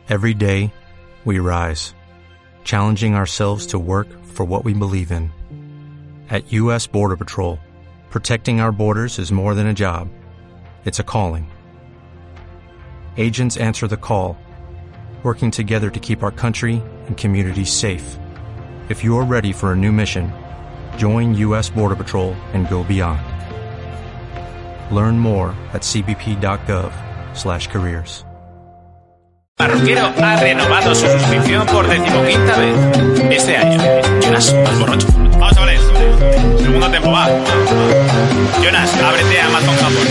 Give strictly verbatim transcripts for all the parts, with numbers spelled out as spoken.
Every day, we rise, challenging ourselves to work for what we believe in. At U S Border Patrol, protecting our borders is more than a job. It's a calling. Agents answer the call, working together to keep our country and communities safe. If you're ready for a new mission, join U S Border Patrol and go beyond. Learn more at cbp.gov slash careers. Marroquero ha renovado su suscripción por decimoquinta vez este año. Jonas, más borracho. Vamos a ver. Segundo tiempo, va. Jonas, ábrete a Amazon Japón,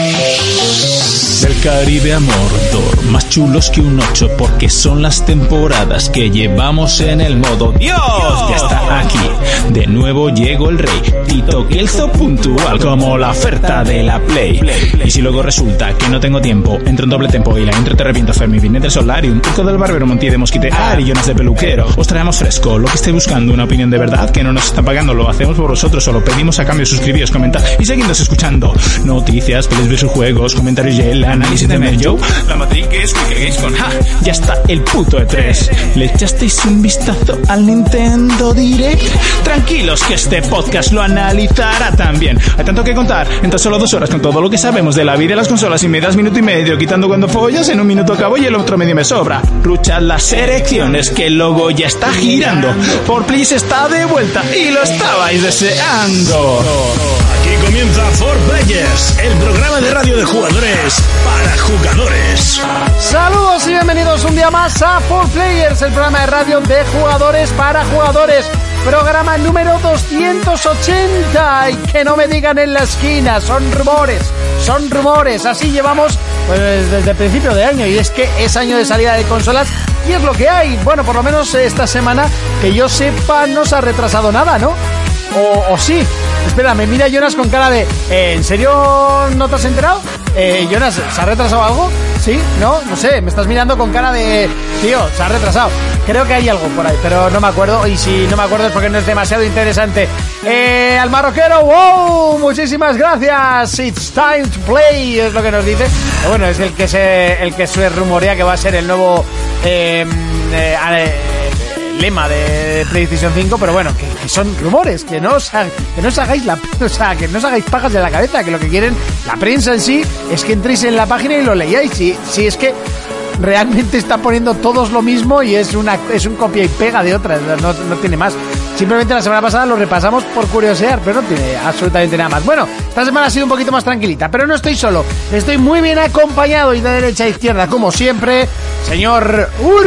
venga. Del Caribe a Mordor, más chulos que un ocho, porque son las temporadas que llevamos en el modo Dios. Ya está aquí, de nuevo llegó el rey, Tito Kelzo puntual como la oferta de la Play. Y si luego resulta que no tengo tiempo, entro en doble tempo y la intro te reviento. Fermi viene del Solarium, Turco del Barbero, Monti de Mosquitear y Jonas de Peluquero. Os traemos fresco, lo que esté buscando, una opinión de verdad que no nos están pagando, lo hacemos por vosotros, solo pedimos a cambio suscribíos, comentar y seguidnos escuchando. Noticias, pelis versus juegos, comentarios y el análisis de Mello. La matriz que es Wiki Games con ja. Ya está el puto E tres. ¿Le echasteis un vistazo al Nintendo Direct? Tranquilos que este podcast lo analizará también. Hay tanto que contar en tan solo dos horas con todo lo que sabemos de la vida de las consolas y me das minuto y medio, quitando cuando follas, en un minuto acabo y el otro medio me sobra. Ruchad las erecciones que el logo ya está girando. For Please está de vuelta y lo estabais deseando. Aquí comienza For Players, el programa de radio de jugadores para jugadores. Saludos y bienvenidos un día más a For Players, el programa de radio de jugadores para jugadores. Programa número doscientos ochenta. Y que no me digan en la esquina, son rumores, son rumores. Así llevamos pues, desde el principio de año. Y es que es año de salida de consolas y es lo que hay. Bueno, por lo menos esta semana, que yo sepa, no se ha retrasado nada, ¿no? O, o sí. Espera, me mira Jonas con cara de eh, ¿en serio no te has enterado? Eh, Jonas, ¿se ha retrasado algo? ¿Sí? ¿No? No sé, me estás mirando con cara de tío, se ha retrasado. Creo que hay algo por ahí, pero no me acuerdo. Y si no me acuerdo es porque no es demasiado interesante. Eh, al marroquero, wow, muchísimas gracias. It's time to play, es lo que nos dice. Pero bueno, es el que se, el que se rumorea que va a ser el nuevo eh, eh, eh, lema de PlayStation cinco, pero bueno, que, que son rumores, que no os, que no os hagáis la, o sea, que no os hagáis pajas de la cabeza, que lo que quieren la prensa en sí es que entréis en la página y lo leáis. Si, si es que realmente está poniendo todos lo mismo y es una es un copia y pega de otras, no, no tiene más. Simplemente la semana pasada lo repasamos por curiosear, pero no tiene absolutamente nada más. Bueno, esta semana ha sido un poquito más tranquilita, pero no estoy solo, estoy muy bien acompañado y de derecha a izquierda, como siempre, señor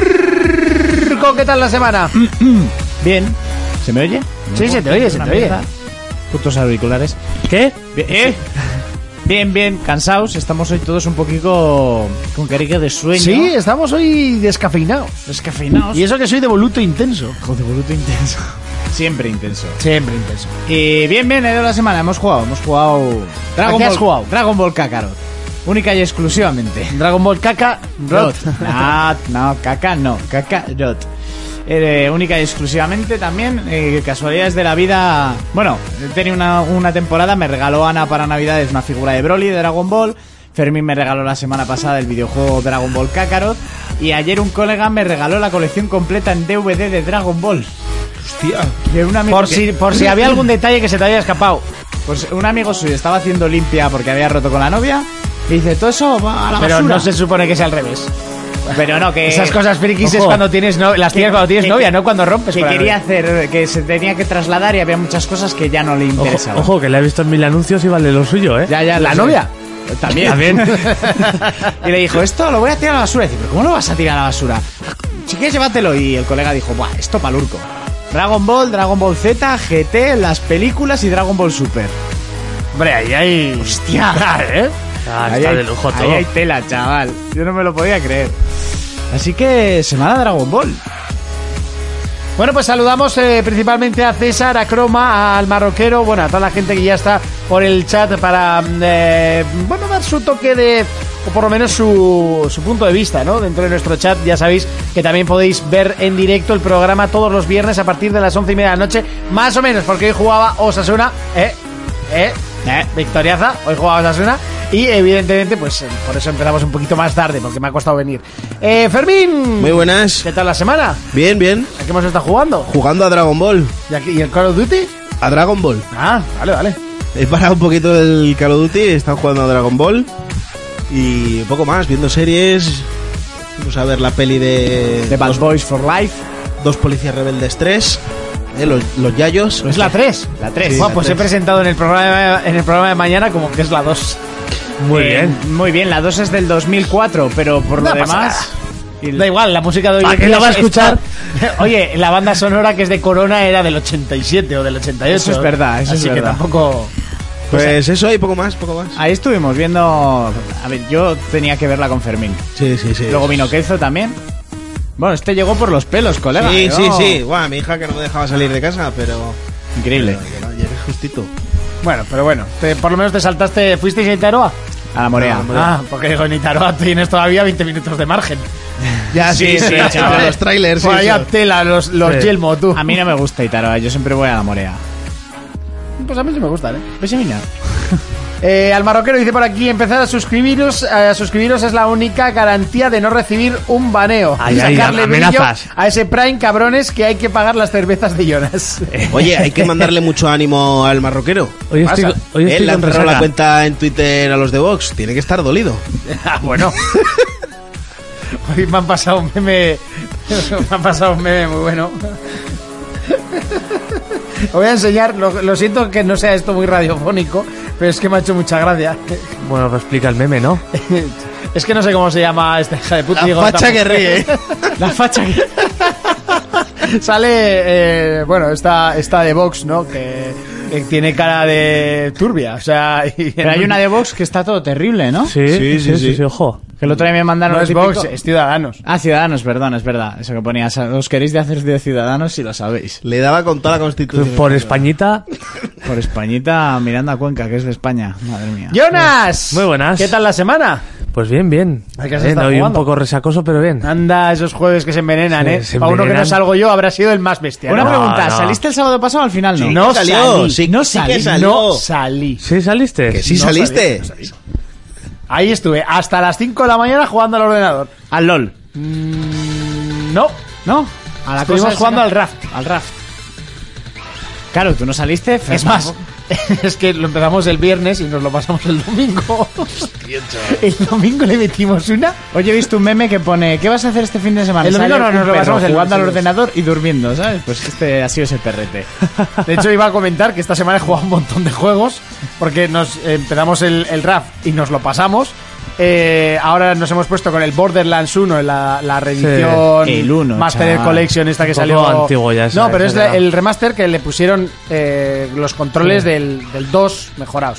Urco. ¿Qué tal la semana? Bien. ¿Se me oye? Sí, se te oye, se te oye. Putos auriculares. ¿Qué? ¿Eh? Bien, bien, cansados. Estamos hoy todos un poquito con carica de sueño. Sí, estamos hoy descafeinados. Descafeinados. Y eso que soy de voluto intenso. Joder, voluto intenso. Siempre intenso. Siempre intenso. Y bien, bien, ha ido la semana. Hemos jugado, hemos jugado... Dragon Ball. Has jugado? Dragon Ball Kakarot. Única y exclusivamente. Dragon Ball Kakarot. No, no, Kakarot no. Kakarot. Eh, única y exclusivamente también, eh, casualidades de la vida. Bueno, tenía una, una temporada, me regaló Ana para Navidades una figura de Broly de Dragon Ball. Fermín me regaló la semana pasada el videojuego Dragon Ball Kakarot. Y ayer un colega me regaló la colección completa en D V D de Dragon Ball. Hostia. De un amigo por, que... si, por si había algún detalle que se te había escapado. Pues un amigo suyo estaba haciendo limpia porque había roto con la novia. Y dice, todo eso va a la basura. Pero no se supone que sea al revés. Pero no, que... Esas cosas frikis es cuando tienes no... las tienes cuando tienes que, novia, no cuando rompes. Que quería hacer, que se tenía que trasladar y había muchas cosas que ya no le interesaban. Ojo, ojo, que le he visto en mil anuncios y vale lo suyo, ¿eh? Ya, ya, ¿La novia? También. También. Y le dijo, esto lo voy a tirar a la basura. Y dice, ¿pero cómo lo vas a tirar a la basura? Si quieres, llévatelo. Y el colega dijo, buah, esto pa'l Urco. Dragon Ball, Dragon Ball Z, G T, las películas y Dragon Ball Super. Hombre, ahí hay... Hostia, ¿eh? Ah, ahí está hay, de lujo todo. Ahí hay tela, chaval. Yo no me lo podía creer. Así que, semana Dragon Ball. Bueno, pues saludamos eh, principalmente a César, a Croma, al marroquero, bueno, a toda la gente que ya está por el chat para, eh, bueno, dar su toque de, o por lo menos su, su punto de vista, ¿no? Dentro de nuestro chat, ya sabéis que también podéis ver en directo el programa todos los viernes a partir de las once y media de la noche, más o menos, porque hoy jugaba Osasuna, eh, eh, eh, victoriaza, hoy jugaba Osasuna, Y evidentemente, pues por eso empezamos un poquito más tarde, porque me ha costado venir. Eh, Fermín. Muy buenas. ¿Qué tal la semana? Bien, bien. ¿A qué hemos estado jugando? Jugando a Dragon Ball. ¿Y, aquí, ¿Y el Call of Duty? A Dragon Ball. Ah, vale, vale. He parado un poquito el Call of Duty, he estado jugando a Dragon Ball. Y poco más, viendo series. Vamos a ver la peli de... The Bad Boys for Life. Dos policías rebeldes tres. Eh, los, los yayos. ¿Es la tres? La tres. Sí. Bueno, la pues tres. he presentado en el programa en el programa de mañana como que es la dos. Muy Eh, bien. Muy bien, la dos es del dos mil cuatro, pero por lo No pasa demás... y- Da igual, la música de hoy ¿Para en qué día la va a está- escuchar? Oye, la banda sonora que es de Corona era del ochenta y siete o del ochenta y ocho. Eso es verdad, eso Así es que verdad. tampoco... Pues eso y poco más, poco más. Ahí estuvimos viendo... A ver, yo tenía que verla con Fermín. Sí, sí, sí. Luego vino Kelzo también. Bueno, este llegó por los pelos, colega. Sí, Yo- sí, sí. Buah, mi hija que no me dejaba salir de casa, pero... Increíble. pero llegué justito. Bueno, pero bueno, te- por lo menos te saltaste... ¿Fuisteis a Itaroa? A la Morea. No, Ah, porque digo, en Itaroa tienes todavía veinte minutos de margen. Ya, sí, sí, chaval. los trailers. Por sí, allá eso. tela, los, los Sí. yelmo, tú. A mí no me gusta Itaroa, yo siempre voy a la Morea. Pues a mí sí me gustan, ¿eh? Pues a mí no. Eh, al marroquero dice por aquí, empezar a suscribiros, a suscribiros es la única garantía de no recibir un baneo. Ay, Y ay, sacarle brillo amenazas. a ese Prime, cabrones, que hay que pagar las cervezas de Jonas. Oye, hay que mandarle mucho ánimo al marroquero. Hoy estoy, pasa? hoy Él estoy le ha con cerrado la resaca. cuenta en Twitter a los de Vox. Tiene que estar dolido. Ah, bueno. Hoy me han pasado un meme. Me han pasado un meme muy bueno. Os voy a enseñar, lo, lo siento que no sea esto muy radiofónico, pero es que me ha hecho mucha gracia. Bueno, pues explica el meme, ¿no? Es que no sé cómo se llama esta hija de puta. La digo, facha tampoco- que ríe. La facha que... Sale, eh, bueno, esta, esta de Vox, ¿no? Que, que tiene cara de turbia, o sea... y- Pero hay una de Vox que está todo terrible, ¿no? Sí, Sí, sí, sí, sí, sí. sí, ojo. Que el otro día me mandaron No lo es típico- Vox, es Ciudadanos. Ah, Ciudadanos, perdón, es verdad. Eso que ponías. Os queréis de hacer de Ciudadanos si lo sabéis. Le daba con toda la constitución. Por Españita, Por Españita, Miranda a Cuenca, que es de España. Madre mía. ¡Jonas! Muy buenas. ¿Qué tal la semana? pues bien, bien. ¿A qué has Bien, estado hoy un jugando? poco resacoso, pero bien. Anda, esos jueves que se envenenan, Sí, ¿eh? se Para uno que no envenenan. salgo yo, habrá sido el más bestia. Una ¿no? pregunta, no. ¿saliste el sábado pasado o al final no? Sí. No que salió, salí, sí, no sí salí, que salió. no salí. ¿Sí saliste? Que sí No saliste. salí, no salí. Ahí estuve, hasta las cinco de la mañana jugando al ordenador. Al LOL. No, ¿No? A la estuvimos cosa jugando esa- al Raft. Al Raft. Claro, tú no saliste. Fer, Es más, tampoco. es que lo empezamos el viernes y nos lo pasamos el domingo. El domingo le metimos una. Oye, he visto un meme que pone ¿qué vas a hacer este fin de semana? El domingo Sale no, un nos lo perro pasamos el jugando al lunes. ordenador y durmiendo, ¿sabes? Pues este ha sido ese perrete. De hecho, iba a comentar que esta semana he jugado un montón de juegos porque nos eh, empezamos el, el Raft y nos lo pasamos. Eh, ahora nos hemos puesto con el Borderlands uno, la, la reedición Sí, el uno, Master chaval. Collection, esta que Un poco salió. antiguo ya esa, no, pero es esa la- era. el remaster que le pusieron eh, los controles del, del dos mejorados.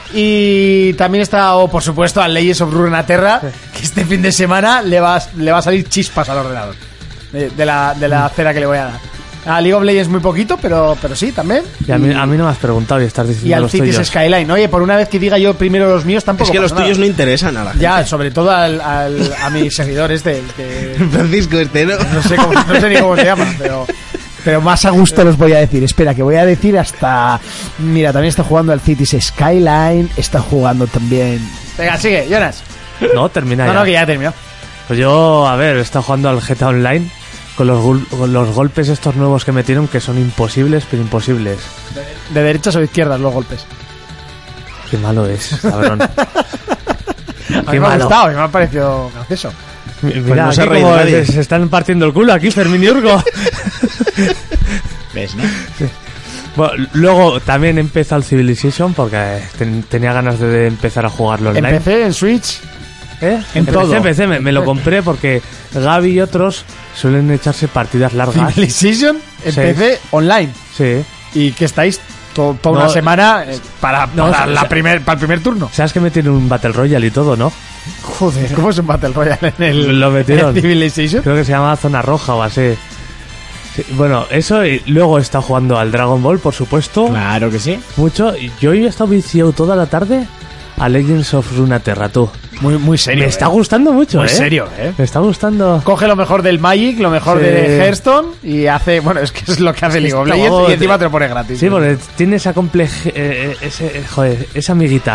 Y también está, oh, por supuesto, al Legends of Runeterra, que este fin de semana le va, a- le va a salir chispas al ordenador. De, de la, de la cera que le voy a dar. A League of Legends muy poquito, pero, pero sí, también. Y a mí, a mí no me has preguntado y estás Y diciendo al los Cities tuyos. Skyline. Oye, por una vez que diga yo primero los míos, tampoco Es que los pasa tuyos no nada. interesan a la gente. Ya, sobre todo al, al- a mis seguidores de, de- Francisco este, ¿no? no sé cómo, no sé ni cómo se llaman, pero pero más a gusto los voy a decir. Espera, que voy a decir hasta... Mira, también está jugando al Cities Skyline, está jugando también... Venga, sigue, Jonas. No, termina No, ya. no, que ya terminó. Pues yo, a ver, he estado jugando al G T A Online con los, gul- con los golpes estos nuevos que metieron que son imposibles, pero imposibles. De derechas o de izquierdas los golpes. Qué malo es, cabrón. A mí Qué me ha malo. gustado, y me ha parecido gracioso. Mira, Pues no se ha aquí reído como nadie. se, se están partiendo el culo aquí, Fermín y Urgo. ¿Ves, no? Bueno, luego también empezó el Civilization porque ten- tenía ganas de empezar a jugarlo online. Empecé en Switch. ¿Eh? en empecé, todo. empecé, me, me lo compré porque Gaby y otros suelen echarse partidas largas. Civilization, empecé online. Sí. Y que estáis to- toda No, una semana eh, para, no, para, o sea, la o sea- primer, para el primer turno. ¿Sabes que metieron un Battle Royale y todo, no? Joder, ¿cómo es un Battle Royale en el, Lo metieron. en el Civilization? Creo que se llama Zona Roja o así. Sí, bueno, eso y luego he estado jugando al Dragon Ball, por supuesto. Claro que sí. Mucho. Y yo hoy he estado viciado toda la tarde a Legends of Runeterra, tú. Muy, muy serio. Me está eh. gustando mucho, Muy ¿eh? serio, ¿eh? Me está gustando. Coge lo mejor del Magic, lo mejor Sí. de Hearthstone y hace... Bueno, es que es lo que hace League of Está Legends guapo. y encima te lo pone gratis. Sí, porque tiene esa compleja... ese, joder, esa amiguita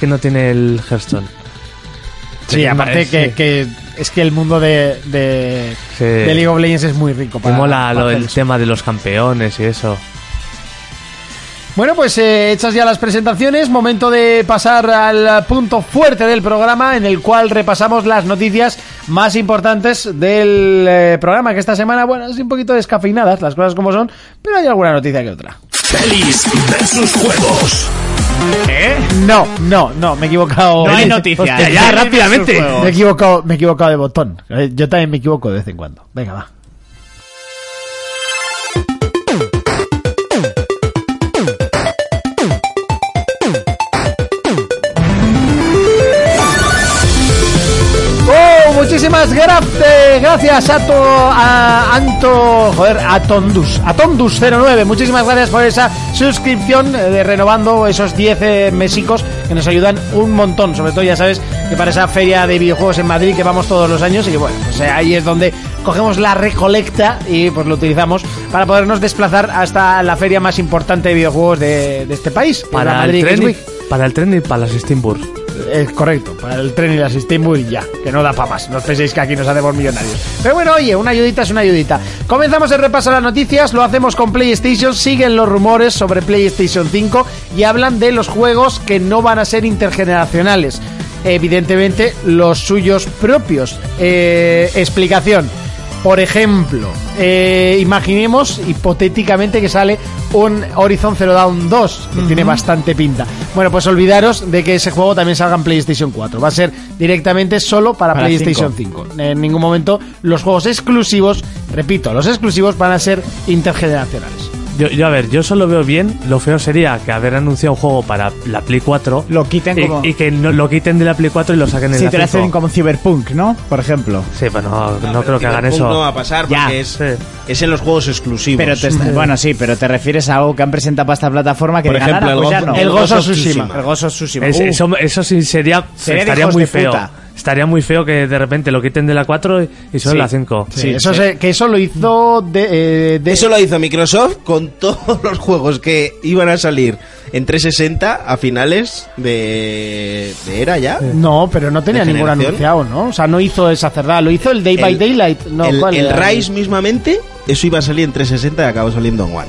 que no tiene el Hearthstone. Sí, aparte que, que es que el mundo de, de, sí. de League of Legends es muy rico. Me mola lo, el tema de los campeones y eso. Bueno, pues eh, hechas ya las presentaciones, momento de pasar al punto fuerte del programa, en el cual repasamos las noticias más importantes del eh, programa, que esta semana, bueno, es un poquito descafeinadas, las cosas como son, pero hay alguna noticia que otra. Pelis versus juegos. ¿Eh? No, no, no, me he equivocado. No hay noticias. Hostia, ya, rápidamente. Me he equivocado, me he equivocado de botón. Yo también me equivoco de vez en cuando. Venga, va. Muchísimas gra eh, gracias a, to, a Anto, joder, a Tondus, a Tondus cero nueve. Muchísimas gracias por esa suscripción, eh, de renovando esos diez eh, mesicos que nos ayudan un montón. Sobre todo, ya sabes que para esa feria de videojuegos en Madrid que vamos todos los años y que bueno, pues eh, ahí es donde cogemos la recolecta y pues lo utilizamos para podernos desplazar hasta la feria más importante de videojuegos de, de este país, para, la Madrid el Games Week. Para el tren y para las Steamburg. Es correcto, para el tren y la Steamburg y ya, que no da para más. No os penséis que aquí nos hacemos millonarios. Pero bueno, oye, una ayudita es una ayudita. Comenzamos el repaso a las noticias, lo hacemos con PlayStation. Siguen los rumores sobre PlayStation cinco y hablan de los juegos que no van a ser intergeneracionales. Evidentemente, los suyos propios. Eh, explicación. Por ejemplo, eh, imaginemos hipotéticamente que sale un Horizon Zero Dawn dos, que uh-huh. tiene bastante pinta. Bueno, pues olvidaros de que ese juego también salga en PlayStation cuatro. Va a ser directamente solo para, para PlayStation cinco. En ningún momento los juegos exclusivos, repito, los exclusivos van a ser intergeneracionales. Yo, yo, a ver, yo solo veo bien. Lo feo sería que haber anunciado un juego para la Play cuatro lo quiten y, como... y que no, lo quiten de la Play cuatro y lo saquen en sí, la te lo hacen como Cyberpunk, ¿no? Por ejemplo. Sí, pero no, no, no creo que hagan eso. No va a pasar porque ya. es, sí. es en los juegos exclusivos. Pero te está, bueno, sí, pero te refieres a algo que han presentado para esta plataforma que por ejemplo, ganara, el, pues go- ya no. el Ghost of Tsushima. El Ghost of Tsushima. Es, uh. eso, eso sí sería, sería estaría muy feo. Puta. Estaría muy feo que de repente lo quiten de la cuatro y solo sí. la cinco. Sí, sí, eso sí. Se, que eso lo hizo de, eh, de... Eso lo hizo Microsoft con todos los juegos que iban a salir en trescientos sesenta a finales de, de era ya. No, pero no tenía ningún anunciado, ¿no? O sea, no hizo esa cerrada, lo hizo el Day el, by Daylight. No, el ¿cuál el era? Rise mismamente, eso iba a salir en trescientos sesenta y acabó saliendo en One.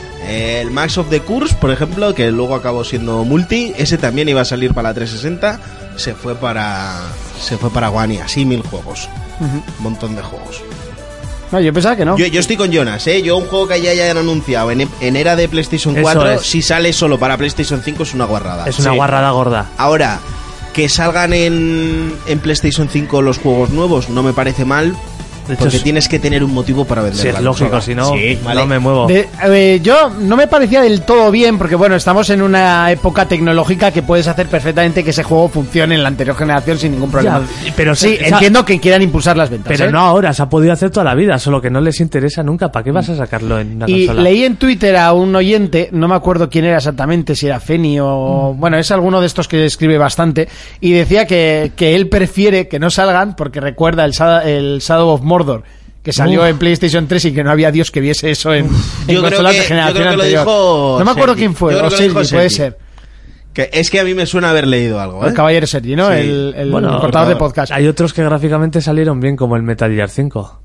El Max of the Curse, por ejemplo, que luego acabó siendo multi, ese también iba a salir para la trescientos sesenta, se fue para se fue para One y así mil juegos. Uh-huh. Un montón de juegos. No, yo pensaba que no. Yo, yo estoy con Jonas, ¿eh? Yo un juego que ya hayan anunciado en, en era de PlayStation cuatro, es. si sale solo para PlayStation cinco es una guarrada. Es una sí. guarrada gorda. Ahora, que salgan en, en PlayStation cinco los juegos nuevos no me parece mal. De hecho, porque es... tienes que tener un motivo para vender. Sí, es lógico, si no, sí, vale. no me muevo. De, eh, yo no me parecía del todo bien, porque bueno, estamos en una época tecnológica que puedes hacer perfectamente que ese juego funcione en la anterior generación sin ningún problema. Ya, pero sí, se, entiendo que quieran impulsar las ventas. Pero ¿eh? no ahora, se ha podido hacer toda la vida, solo que no les interesa nunca. ¿Para qué vas a sacarlo en una y consola? Leí en Twitter a un oyente, no me acuerdo quién era exactamente, si era Feni o... Mm. Bueno, es alguno de estos que escribe bastante, y decía que, que él prefiere que no salgan porque recuerda el, el Shadow of Mordor, que salió Uf. en PlayStation tres y que no había Dios que viese eso en, en yo consolas que, de generación yo creo que anterior. Lo dijo no me acuerdo Sergi. quién fue, o Sergi, puede Sergi. ser. Que es que a mí me suena haber leído algo, ¿eh? El caballero Sergi, ¿no? Sí. El, el bueno, cortador de podcast. Hay otros que gráficamente salieron bien, como el Metal Gear cinco.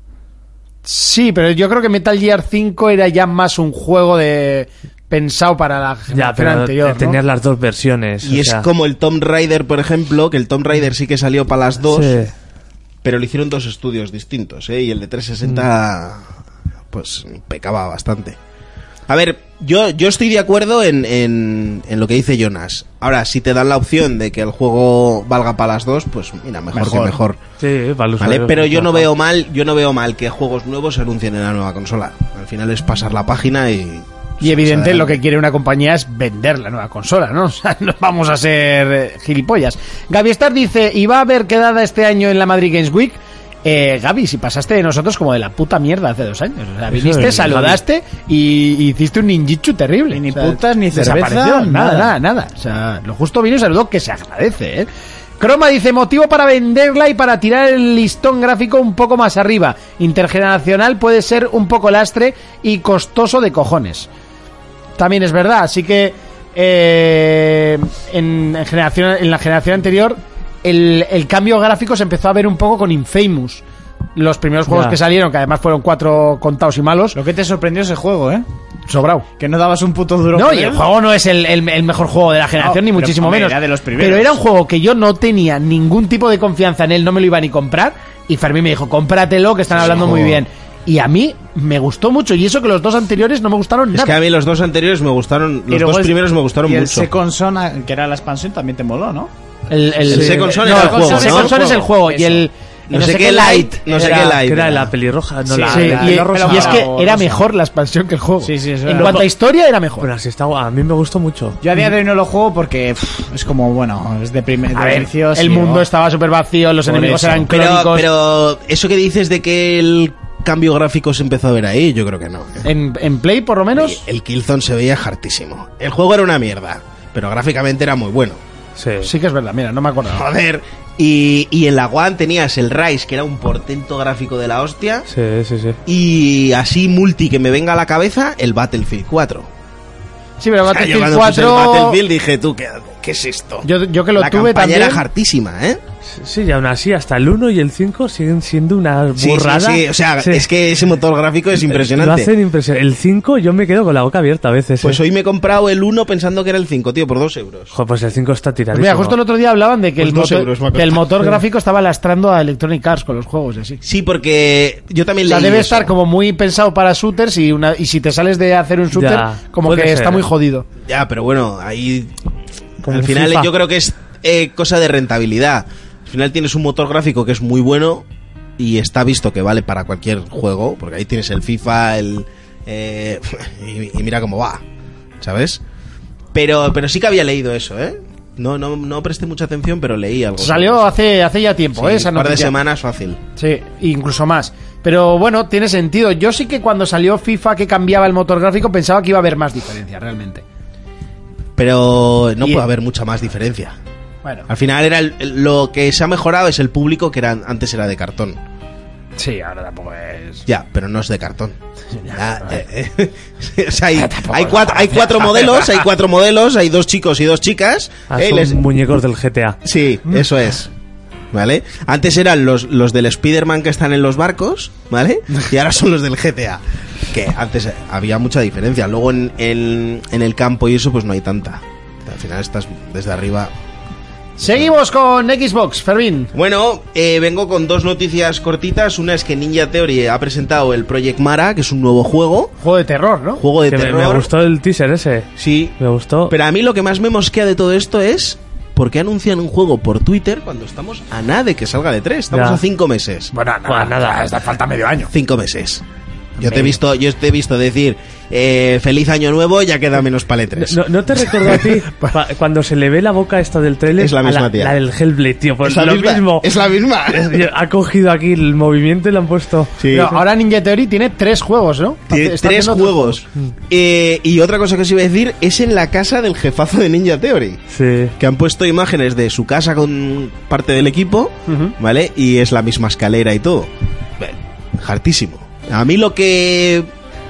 Sí, pero yo creo que Metal Gear cinco era ya más un juego de... pensado para la generación ya, pero anterior, ¿no? Tenías las dos versiones. Y es sea... como el Tomb Raider, por ejemplo, que el Tomb Raider sí que salió para las dos... Sí. Pero lo hicieron dos estudios distintos, ¿eh? Y el de trescientos sesenta, mm. pues, pecaba bastante. A ver, yo, yo estoy de acuerdo en, en, en lo que dice Jonas. Ahora, si te dan la opción de que el juego valga para las dos, pues mira, mejor, mejor. que mejor. Sí, para ¿vale? Pero yo no veo mal, yo no veo mal que juegos nuevos se anuncien en la nueva consola. Al final es pasar la página y... Y evidente lo que quiere una compañía es vender la nueva consola, ¿no? O sea, no vamos a ser eh, gilipollas. Gaby Star dice, ¿y va a haber quedada este año en la Madrid Games Week? Eh, Gaby, si pasaste de nosotros como de la puta mierda hace dos años. O sea, viniste, es, saludaste y, y hiciste un ninjitsu terrible. Y ni o sea, putas, ni cerveza, nada, nada, nada, nada. O sea, lo justo vino y saludó, que se agradece, ¿eh? Croma dice, motivo para venderla y para tirar el listón gráfico un poco más arriba. Intergeneracional puede ser un poco lastre y costoso de cojones. También es verdad, así que eh, en, en, generación, en la generación anterior el, el cambio gráfico se empezó a ver un poco con Infamous. Los primeros juegos Ya. que salieron, que además fueron cuatro contados y malos. Lo que te sorprendió ese juego, ¿eh? Sobrao. Que no dabas un puto duro. No, por y el él. juego no es el, el, el mejor juego de la generación, No, ni pero, muchísimo hombre, menos. era de los primeros. Pero era un juego que yo no tenía ningún tipo de confianza en él, no me lo iba ni comprar. Y Fermín me dijo, cómpratelo, que están hablando muy bien. Y a mí me gustó mucho. Y eso que los dos anteriores no me gustaron Es nada. que a mí los dos anteriores me gustaron, los Y luego dos el- primeros me gustaron y el mucho. Second Son, ah, que era la expansión, también te moló, ¿no? El, El Second Son no, era el juego, el Second ¿no? Son es el juego. Y Eso. el No sé qué Light, no sé era- qué Light. Que era era. la pelirroja, no Sí, la... Sí, la- y, la rosa y es que o era rosa. mejor la expansión que el juego. Sí, sí, eso En era. cuanto a historia, era mejor. Bueno, así está, a mí me gustó mucho. Yo a día de hoy no lo juego porque pff, es como, bueno, es de primer A ver, inicio, sí, el mundo ¿no? estaba súper vacío, los Por enemigos eso. eran Pero, crónicos. pero eso que dices de que el cambio gráfico se empezó a ver ahí, yo creo que no. ¿eh? En, en Play, por lo menos. El Killzone se veía hartísimo. El juego era una mierda, pero gráficamente era muy bueno. Sí. Sí que es verdad, mira, no me acuerdo. Joder. Y, y en la One tenías el Rise, que era un portento gráfico de la hostia. Sí, sí, sí. Y así multi que me venga a la cabeza, el Battlefield cuatro. Sí, pero O sea, yo Battlefield cuando puse el cuatro. Battlefield dije, tú, ¿qué, qué es esto? Yo, yo que lo la tuve campaña también. era hartísima, ¿eh? Sí, y aún así, hasta el uno y el cinco siguen siendo una Sí, burrada. sí, sí. O sea, Sí. es que ese motor gráfico es Lo impresionante. hacen impresionante. El cinco yo me quedo con la boca abierta a veces. Pues eh. hoy me he comprado el uno pensando que era el cinco, tío, por dos euros. Joder, pues el cinco está Pues tiradísimo. mira, justo el otro día hablaban de que Pues el, dos motor, euros me ha que el costado. motor gráfico estaba lastrando a Electronic Arts con los juegos y así. Sí, porque yo también O sea, leí debe eso. estar como muy pensado para shooters y, una, y si te sales de hacer un shooter, Ya, como puede que ser. está muy jodido. Ya, pero bueno, ahí... Como al un final FIFA. yo creo que es eh, cosa de rentabilidad. Al final tienes un motor gráfico que es muy bueno y está visto que vale para cualquier juego, porque ahí tienes el FIFA, el... eh, y, y mira cómo va, ¿sabes? Pero, pero sí que había leído eso, ¿eh? No, no, no presté mucha atención, pero leí algo. Salió hace, hace ya tiempo, Sí, ¿eh? Esa un par de noticia. semanas fácil. Sí, incluso más. Pero bueno, tiene sentido. Yo sí que cuando salió FIFA que cambiaba el motor gráfico pensaba que iba a haber más diferencia, realmente. Pero no Y- puede haber mucha más diferencia. Bueno, Al final era el- el- lo que se ha mejorado es el público que era, antes era de cartón. sí, ahora tampoco es... Ya, pero no es de cartón. Ya, eh, eh, o sea, hay, hay cuatro, hay cuatro modelos, hay cuatro modelos, hay dos chicos y dos chicas. Ah, eh, son les- muñecos del G T A. Sí, eso es. ¿Vale? Antes eran los, los del Spider-Man que están en los barcos, ¿vale? Y ahora son los del G T A. Que antes había mucha diferencia. Luego en, en, en el campo y eso, pues no hay tanta. Al final estás desde arriba. Seguimos con Xbox, Fermín. Bueno, eh, vengo con dos noticias cortitas. Una es que Ninja Theory ha presentado el Project Mara, que es un nuevo juego. Juego de terror, ¿no? Juego de Que me, terror. me gustó el teaser ese. Sí. Me gustó. Pero a mí lo que más me mosquea de todo esto es por qué anuncian un juego por Twitter cuando estamos a nada de que salga de tres. Estamos Ya. a cinco meses. Bueno, nada, Bueno, nada, nada. hasta falta medio año. Cinco meses. Yo te he visto, yo te he visto decir eh, feliz año nuevo, ya queda menos para el E tres. ¿No, no te recordó a ti pa- cuando se le ve la boca esta del trailer? Es la a misma, tía. La del Hellblade, tío. Pues es la lo misma. mismo. Es la misma. Es- Ha cogido aquí el movimiento y lo han puesto. Sí. Pero ahora Ninja Theory tiene tres juegos, ¿no? Tiene Está tres haciendo otros juegos. Eh, y otra cosa que os iba a decir es en la casa del jefazo de Ninja Theory. Sí. Que han puesto imágenes de su casa con parte del equipo, Ujú. ¿vale? Y es la misma escalera y todo. Bueno, hartísimo. A mí lo que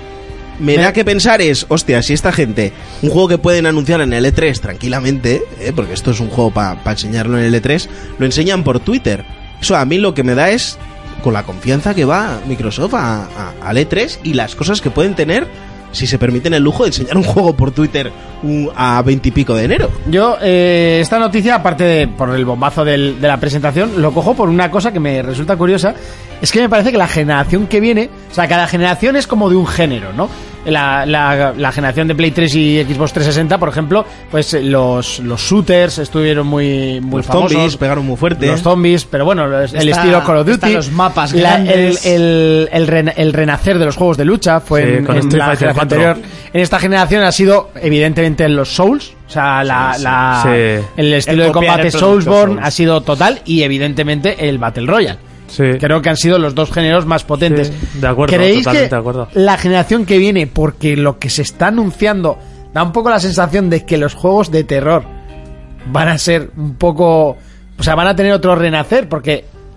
me da que pensar es, hostia, si esta gente, un juego que pueden anunciar en el E tres tranquilamente, ¿eh? Porque esto es un juego para enseñarlo en el E tres, lo enseñan por Twitter. Eso a mí lo que me da es con la confianza que va Microsoft a, a- al E tres y las cosas que pueden tener si se permiten el lujo de enseñar un juego por Twitter un- a veintipico de enero. Yo, eh, esta noticia, aparte de por el bombazo del- de la presentación, lo cojo por una cosa que me resulta curiosa. Es que me parece que la generación que viene, o sea, cada generación es como de un género, ¿no? La, la, la generación de Play tres y Xbox trescientos sesenta, por ejemplo, pues eh, los, los shooters estuvieron muy, muy Los famosos. zombies pegaron muy fuerte. Los zombies, pero bueno, el Está- estilo Call of Duty. están los mapas la- el, grandes. el, el, rena- el renacer de los juegos de lucha fue Sí, en, con en Street la Fighter generación cuatro. anterior. En esta generación ha sido, evidentemente, en los Souls. O sea, la, la- Sí. el estilo El de copiar combate el producto Soulsborne Souls. ha sido total y, evidentemente, el Battle Royale. Sí. Creo que han sido los dos géneros más potentes. Sí, de acuerdo, ¿Creéis totalmente que de acuerdo. la generación que viene, porque lo que se está anunciando da un poco la sensación de que los juegos de terror van a ser un poco... O sea, van a tener otro renacer? Porque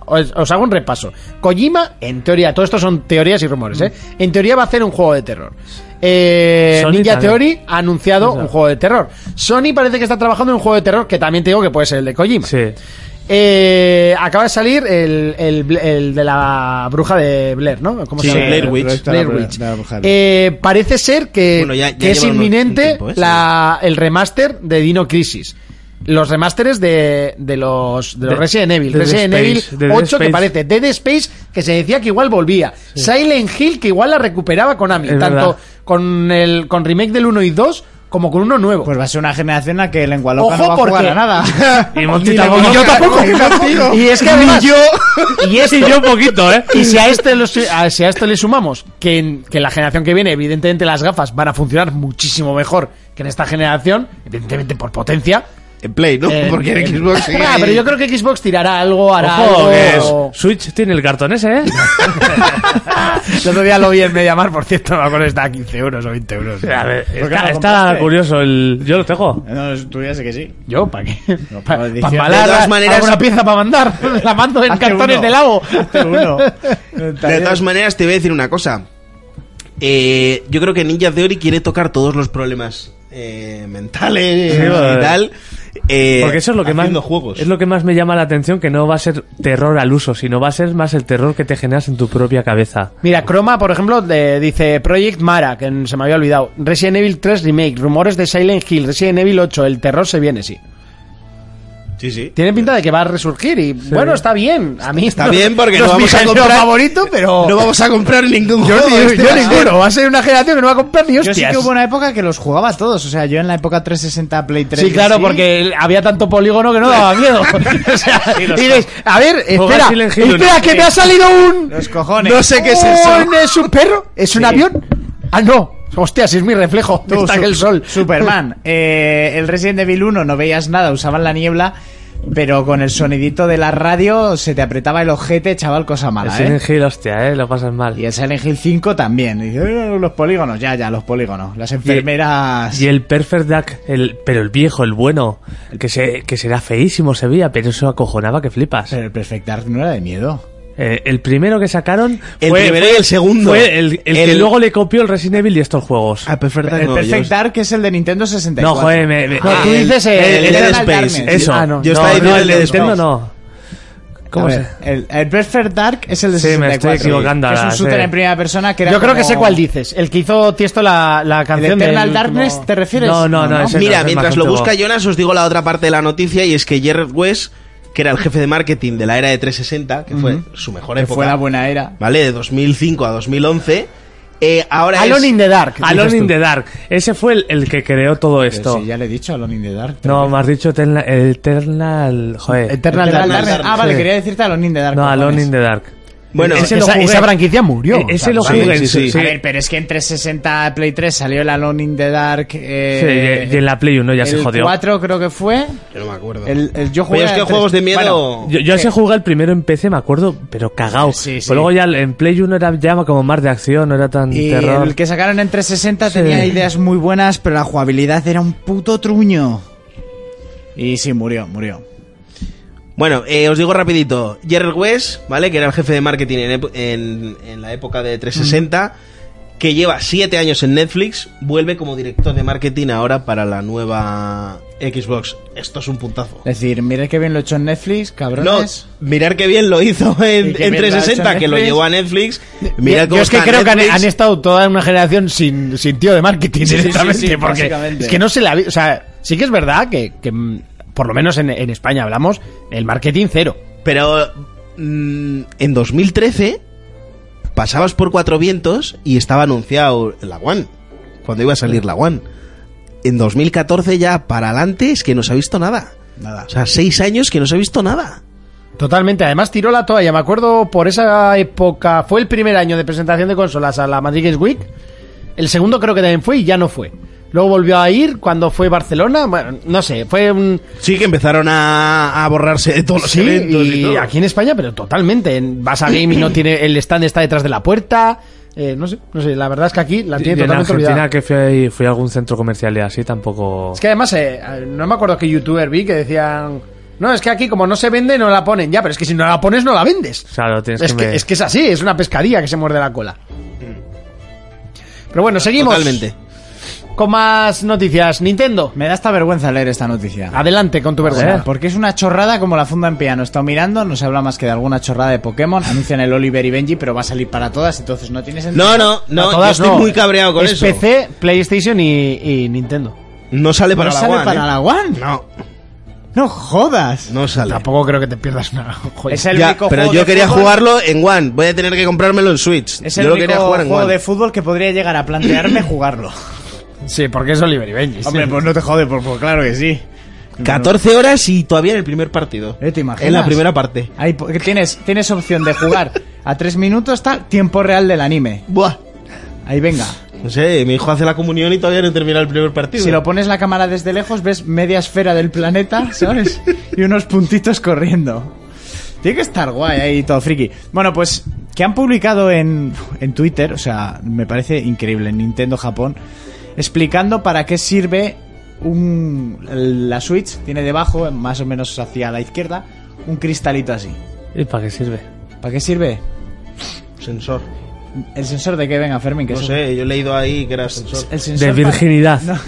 os, os hago un repaso. Kojima, en teoría, todo esto son teorías y rumores, ¿eh? En teoría va a hacer un juego de terror. Eh, Ninja también. Theory ha anunciado Exacto. un juego de terror. Sony parece que está trabajando en un juego de terror que también te digo que puede ser el de Kojima. Sí. Eh, acaba de salir el, el, el de la bruja de Blair, ¿no? ¿Cómo sí, se llama? Blair Witch. Blair Witch. Eh, parece ser que, bueno, ya, ya que es inminente tiempo, ¿eh? la, el remaster de Dino Crisis. Los remasteres de, de los, de los de, Resident Evil. Resident Evil ocho, que parece. Dead Space, que se decía que igual volvía. Sí. Silent Hill, que igual la recuperaba Konami. Es tanto verdad. con el con remake del uno y dos como con uno nuevo. Pues va a ser una generación a que el Lengualoca no va a jugar a nada. Y, y, y yo tampoco. Y es que además yo y este, y yo un poquito, ¿eh? Y si a este los, a, si a esto le sumamos que, que la generación que viene, evidentemente las gafas van a funcionar muchísimo mejor que en esta generación, evidentemente por potencia. En Play, ¿no? Eh, Porque en Xbox sí. Ah, pero yo creo que Xbox tirará algo, hará Ojo, algo. Que Switch tiene el cartón ese, ¿eh? El otro día lo vi en MediaMarkt, por cierto, no me acuerdo, está a quince euros o veinte euros. A ver, está, está curioso el... Yo lo tengo. No, tú ya sé que sí. ¿Yo? ¿Para qué? No, para pa embalar de todas maneras, alguna pieza para mandar. La mando en cartones uno. de lavo. Uno. De todas maneras, te voy a decir una cosa. Eh, yo creo que Ninja Theory quiere tocar todos los problemas eh, mentales sí, y tal. Eh, Porque eso es lo que más juegos. es lo que más me llama la atención, que no va a ser terror al uso, sino va a ser más el terror que te generas en tu propia cabeza. Mira, Chroma, por ejemplo, de, dice Project Mara, que se me había olvidado. Resident Evil tres Remake, rumores de Silent Hill, Resident Evil ocho, el terror se viene, sí. Sí, sí. Tiene pinta de que va a resurgir y sí. Bueno, está bien. A mí está no, bien porque no, no vamos a comprar favorito, pero no vamos a comprar ningún yo, juego. Yo, este yo ninguno. Va a ser una generación que no va a comprar ni hostias. Yo sí que hubo una época que los jugaba todos. O sea, yo en la época trescientos sesenta Play tres. Sí, claro, sí. Porque había tanto polígono que no daba miedo. O sea, sí, y diréis, a ver, espera, espera, que me ha salido un... Los cojones. No sé qué es eso. ¿Es un perro? ¿Es un sí. avión? Ah, no. Hostia, si es mi reflejo. Tú, está su el sol. Superman. Eh, el Resident Evil uno no veías nada, usaban la niebla. Pero con el sonidito de la radio se te apretaba el ojete, chaval, cosa mala, el ¿eh? Silent Hill, hostia, ¿eh? Lo pasas mal. Y el Silent Hill cinco también. Y dice, eh, los polígonos, ya, ya, los polígonos. Las enfermeras... Y el, y el Perfect Dark, el, pero el viejo, el bueno, que, se, que será feísimo, se veía, pero eso acojonaba que flipas. Pero el Perfect Dark no era de miedo. Eh, el primero que sacaron el fue, primero y el segundo fue el, el, el que luego le copió el Resident Evil y estos juegos. Ah, Perfect Dark, el no, Perfect yo... Dark es el de Nintendo sesenta y cuatro. No, joder, me, me, no, tú dices el, el, el Dead Space. Eso. Ah, no. Yo no, estaba diciendo no, el el de de Nintendo no. ¿Cómo se? El, el Perfect Dark es el de sí, sesenta y cuatro. Me estoy equivocando. Que es un shooter sí. en primera persona que era yo creo como... que sé cuál dices. El que hizo Tiesto la, la canción ¿El Eternal del Darkness último... te refieres? No, no, no. no ese Mira, no, mientras lo busca Jonas, os digo la otra parte de la noticia, y es que Jared West, que era el jefe de marketing de la era de trescientos sesenta, que uh-huh. fue su mejor que época. Fue la buena era. Vale, de dos mil cinco a dos mil once. Eh, ahora Alone es... in the Dark. Alone in the Dark. Ese fue el, el que creó todo esto. Pero sí, ya le he dicho Alone in the Dark. No, me has dicho Eternal... Eternal joder. Eternal, Eternal Darkness. Dark. Ah, vale, sí. Quería decirte Alone in the Dark. No, Alone in the Dark. Bueno, ese esa, esa franquicia murió. E ese lo jugué. Sí, sí, sí. A ver, pero es que en trescientos sesenta Play tres salió el Alone in the Dark. Eh, sí, y en la Play uno ya se jodió. El cuatro creo que fue. Yo no me acuerdo. El, el, yo jugué Oye, es que juegos de miedo... Bueno, yo yo ese jugué el primero en P C, me acuerdo, pero cagao. Sí, sí. Pues luego ya en Play uno era ya como más de acción, no era tan y terror. El que sacaron en trescientos sesenta sí. tenía ideas muy buenas, pero la jugabilidad era un puto truño. Y sí, murió, murió. Bueno, eh, os digo rapidito. Jared West, ¿vale? Que era el jefe de marketing en, en, en la época de trescientos sesenta, mm. que lleva siete años en Netflix, vuelve como director de marketing ahora para la nueva Xbox. Esto es un puntazo. Es decir, mirad qué bien lo he hecho en Netflix, cabrones. No, mirar qué bien lo hizo en, en trescientos sesenta, lo que lo llevó a Netflix. Mirad cómo Yo es que creo Netflix. que han, han estado toda una generación sin, sin tío de marketing, sí, directamente, sí, sí, porque es que no se la... O sea, sí que es verdad que... que por lo menos en, en España hablamos, el marketing cero. Pero mmm, en dos mil trece pasabas por Cuatro Vientos y estaba anunciado la One, cuando iba a salir la One. En dos mil catorce ya para adelante es que no se ha visto nada. Nada. O sea, seis años que no se ha visto nada. Totalmente, además tiró la toalla. Me acuerdo por esa época, fue el primer año de presentación de consolas a la Madrid Games Week. El segundo creo que también fue y ya no fue. Luego volvió a ir cuando fue Barcelona. Bueno, no sé, fue un... Sí, que empezaron a, a borrarse de todos los sí, eventos y, y todo. Aquí en España, pero totalmente. En Vas a Game y no tiene... El stand está detrás de la puerta. Eh, no sé, no sé. La verdad es que aquí la tiene y totalmente en Argentina olvidada. que fui, fui a algún centro comercial y así tampoco... Es que además, eh, no me acuerdo qué youtuber vi que decían... No, es que aquí como no se vende, no la ponen. Ya, pero es que si no la pones, no la vendes. Claro, tienes Es que... que, me- es que es así, es una pescadilla que se muerde la cola. Pero bueno, seguimos Totalmente. con más noticias. Nintendo, Me da esta vergüenza leer esta noticia. adelante con tu vergüenza. Porque es una chorrada como la funda en piano. He estado mirando, no se habla más que de alguna chorrada de Pokémon. Anuncian el Oliver y Benji, pero va a salir para todas, entonces no tiene sentido. No, no, no, A yo todas estoy no. muy cabreado con es eso. P C, PlayStation y, y Nintendo. No sale para ¿No la sale One, para ¿eh? la One? No, No jodas. no sale. Tampoco creo que te pierdas una joya. Es el Ya, único pero juego yo de quería fútbol- jugarlo en One. Voy a tener que comprármelo en Switch. Es yo el lo único quería jugar en juego One. de fútbol que podría llegar a plantearme jugarlo. Sí, porque es Oliver y Benji. sí. Hombre, pues no te jode, pues, pues claro que sí. catorce horas y todavía en el primer partido. Eh, ¿te imaginas? En la primera parte. Ahí, po- que tienes, tienes opción de jugar a tres minutos, está tiempo real del anime. Buah. Ahí venga. No sé, mi hijo hace la comunión y todavía no termina el primer partido. Si lo pones la cámara desde lejos, ves media esfera del planeta, ¿sabes? Y unos puntitos corriendo. Tiene que estar guay ahí todo friki. Bueno, pues que han publicado en, en Twitter, o sea, me parece increíble, en Nintendo Japón, explicando para qué sirve un la Switch. Tiene debajo, más o menos hacia la izquierda, un cristalito así. ¿Y para qué sirve? ¿Para qué sirve? Sensor. ¿El sensor de qué? Venga, Fermín, que No eso- sé, yo he leído ahí que era sensor. El sensor De para- virginidad. No.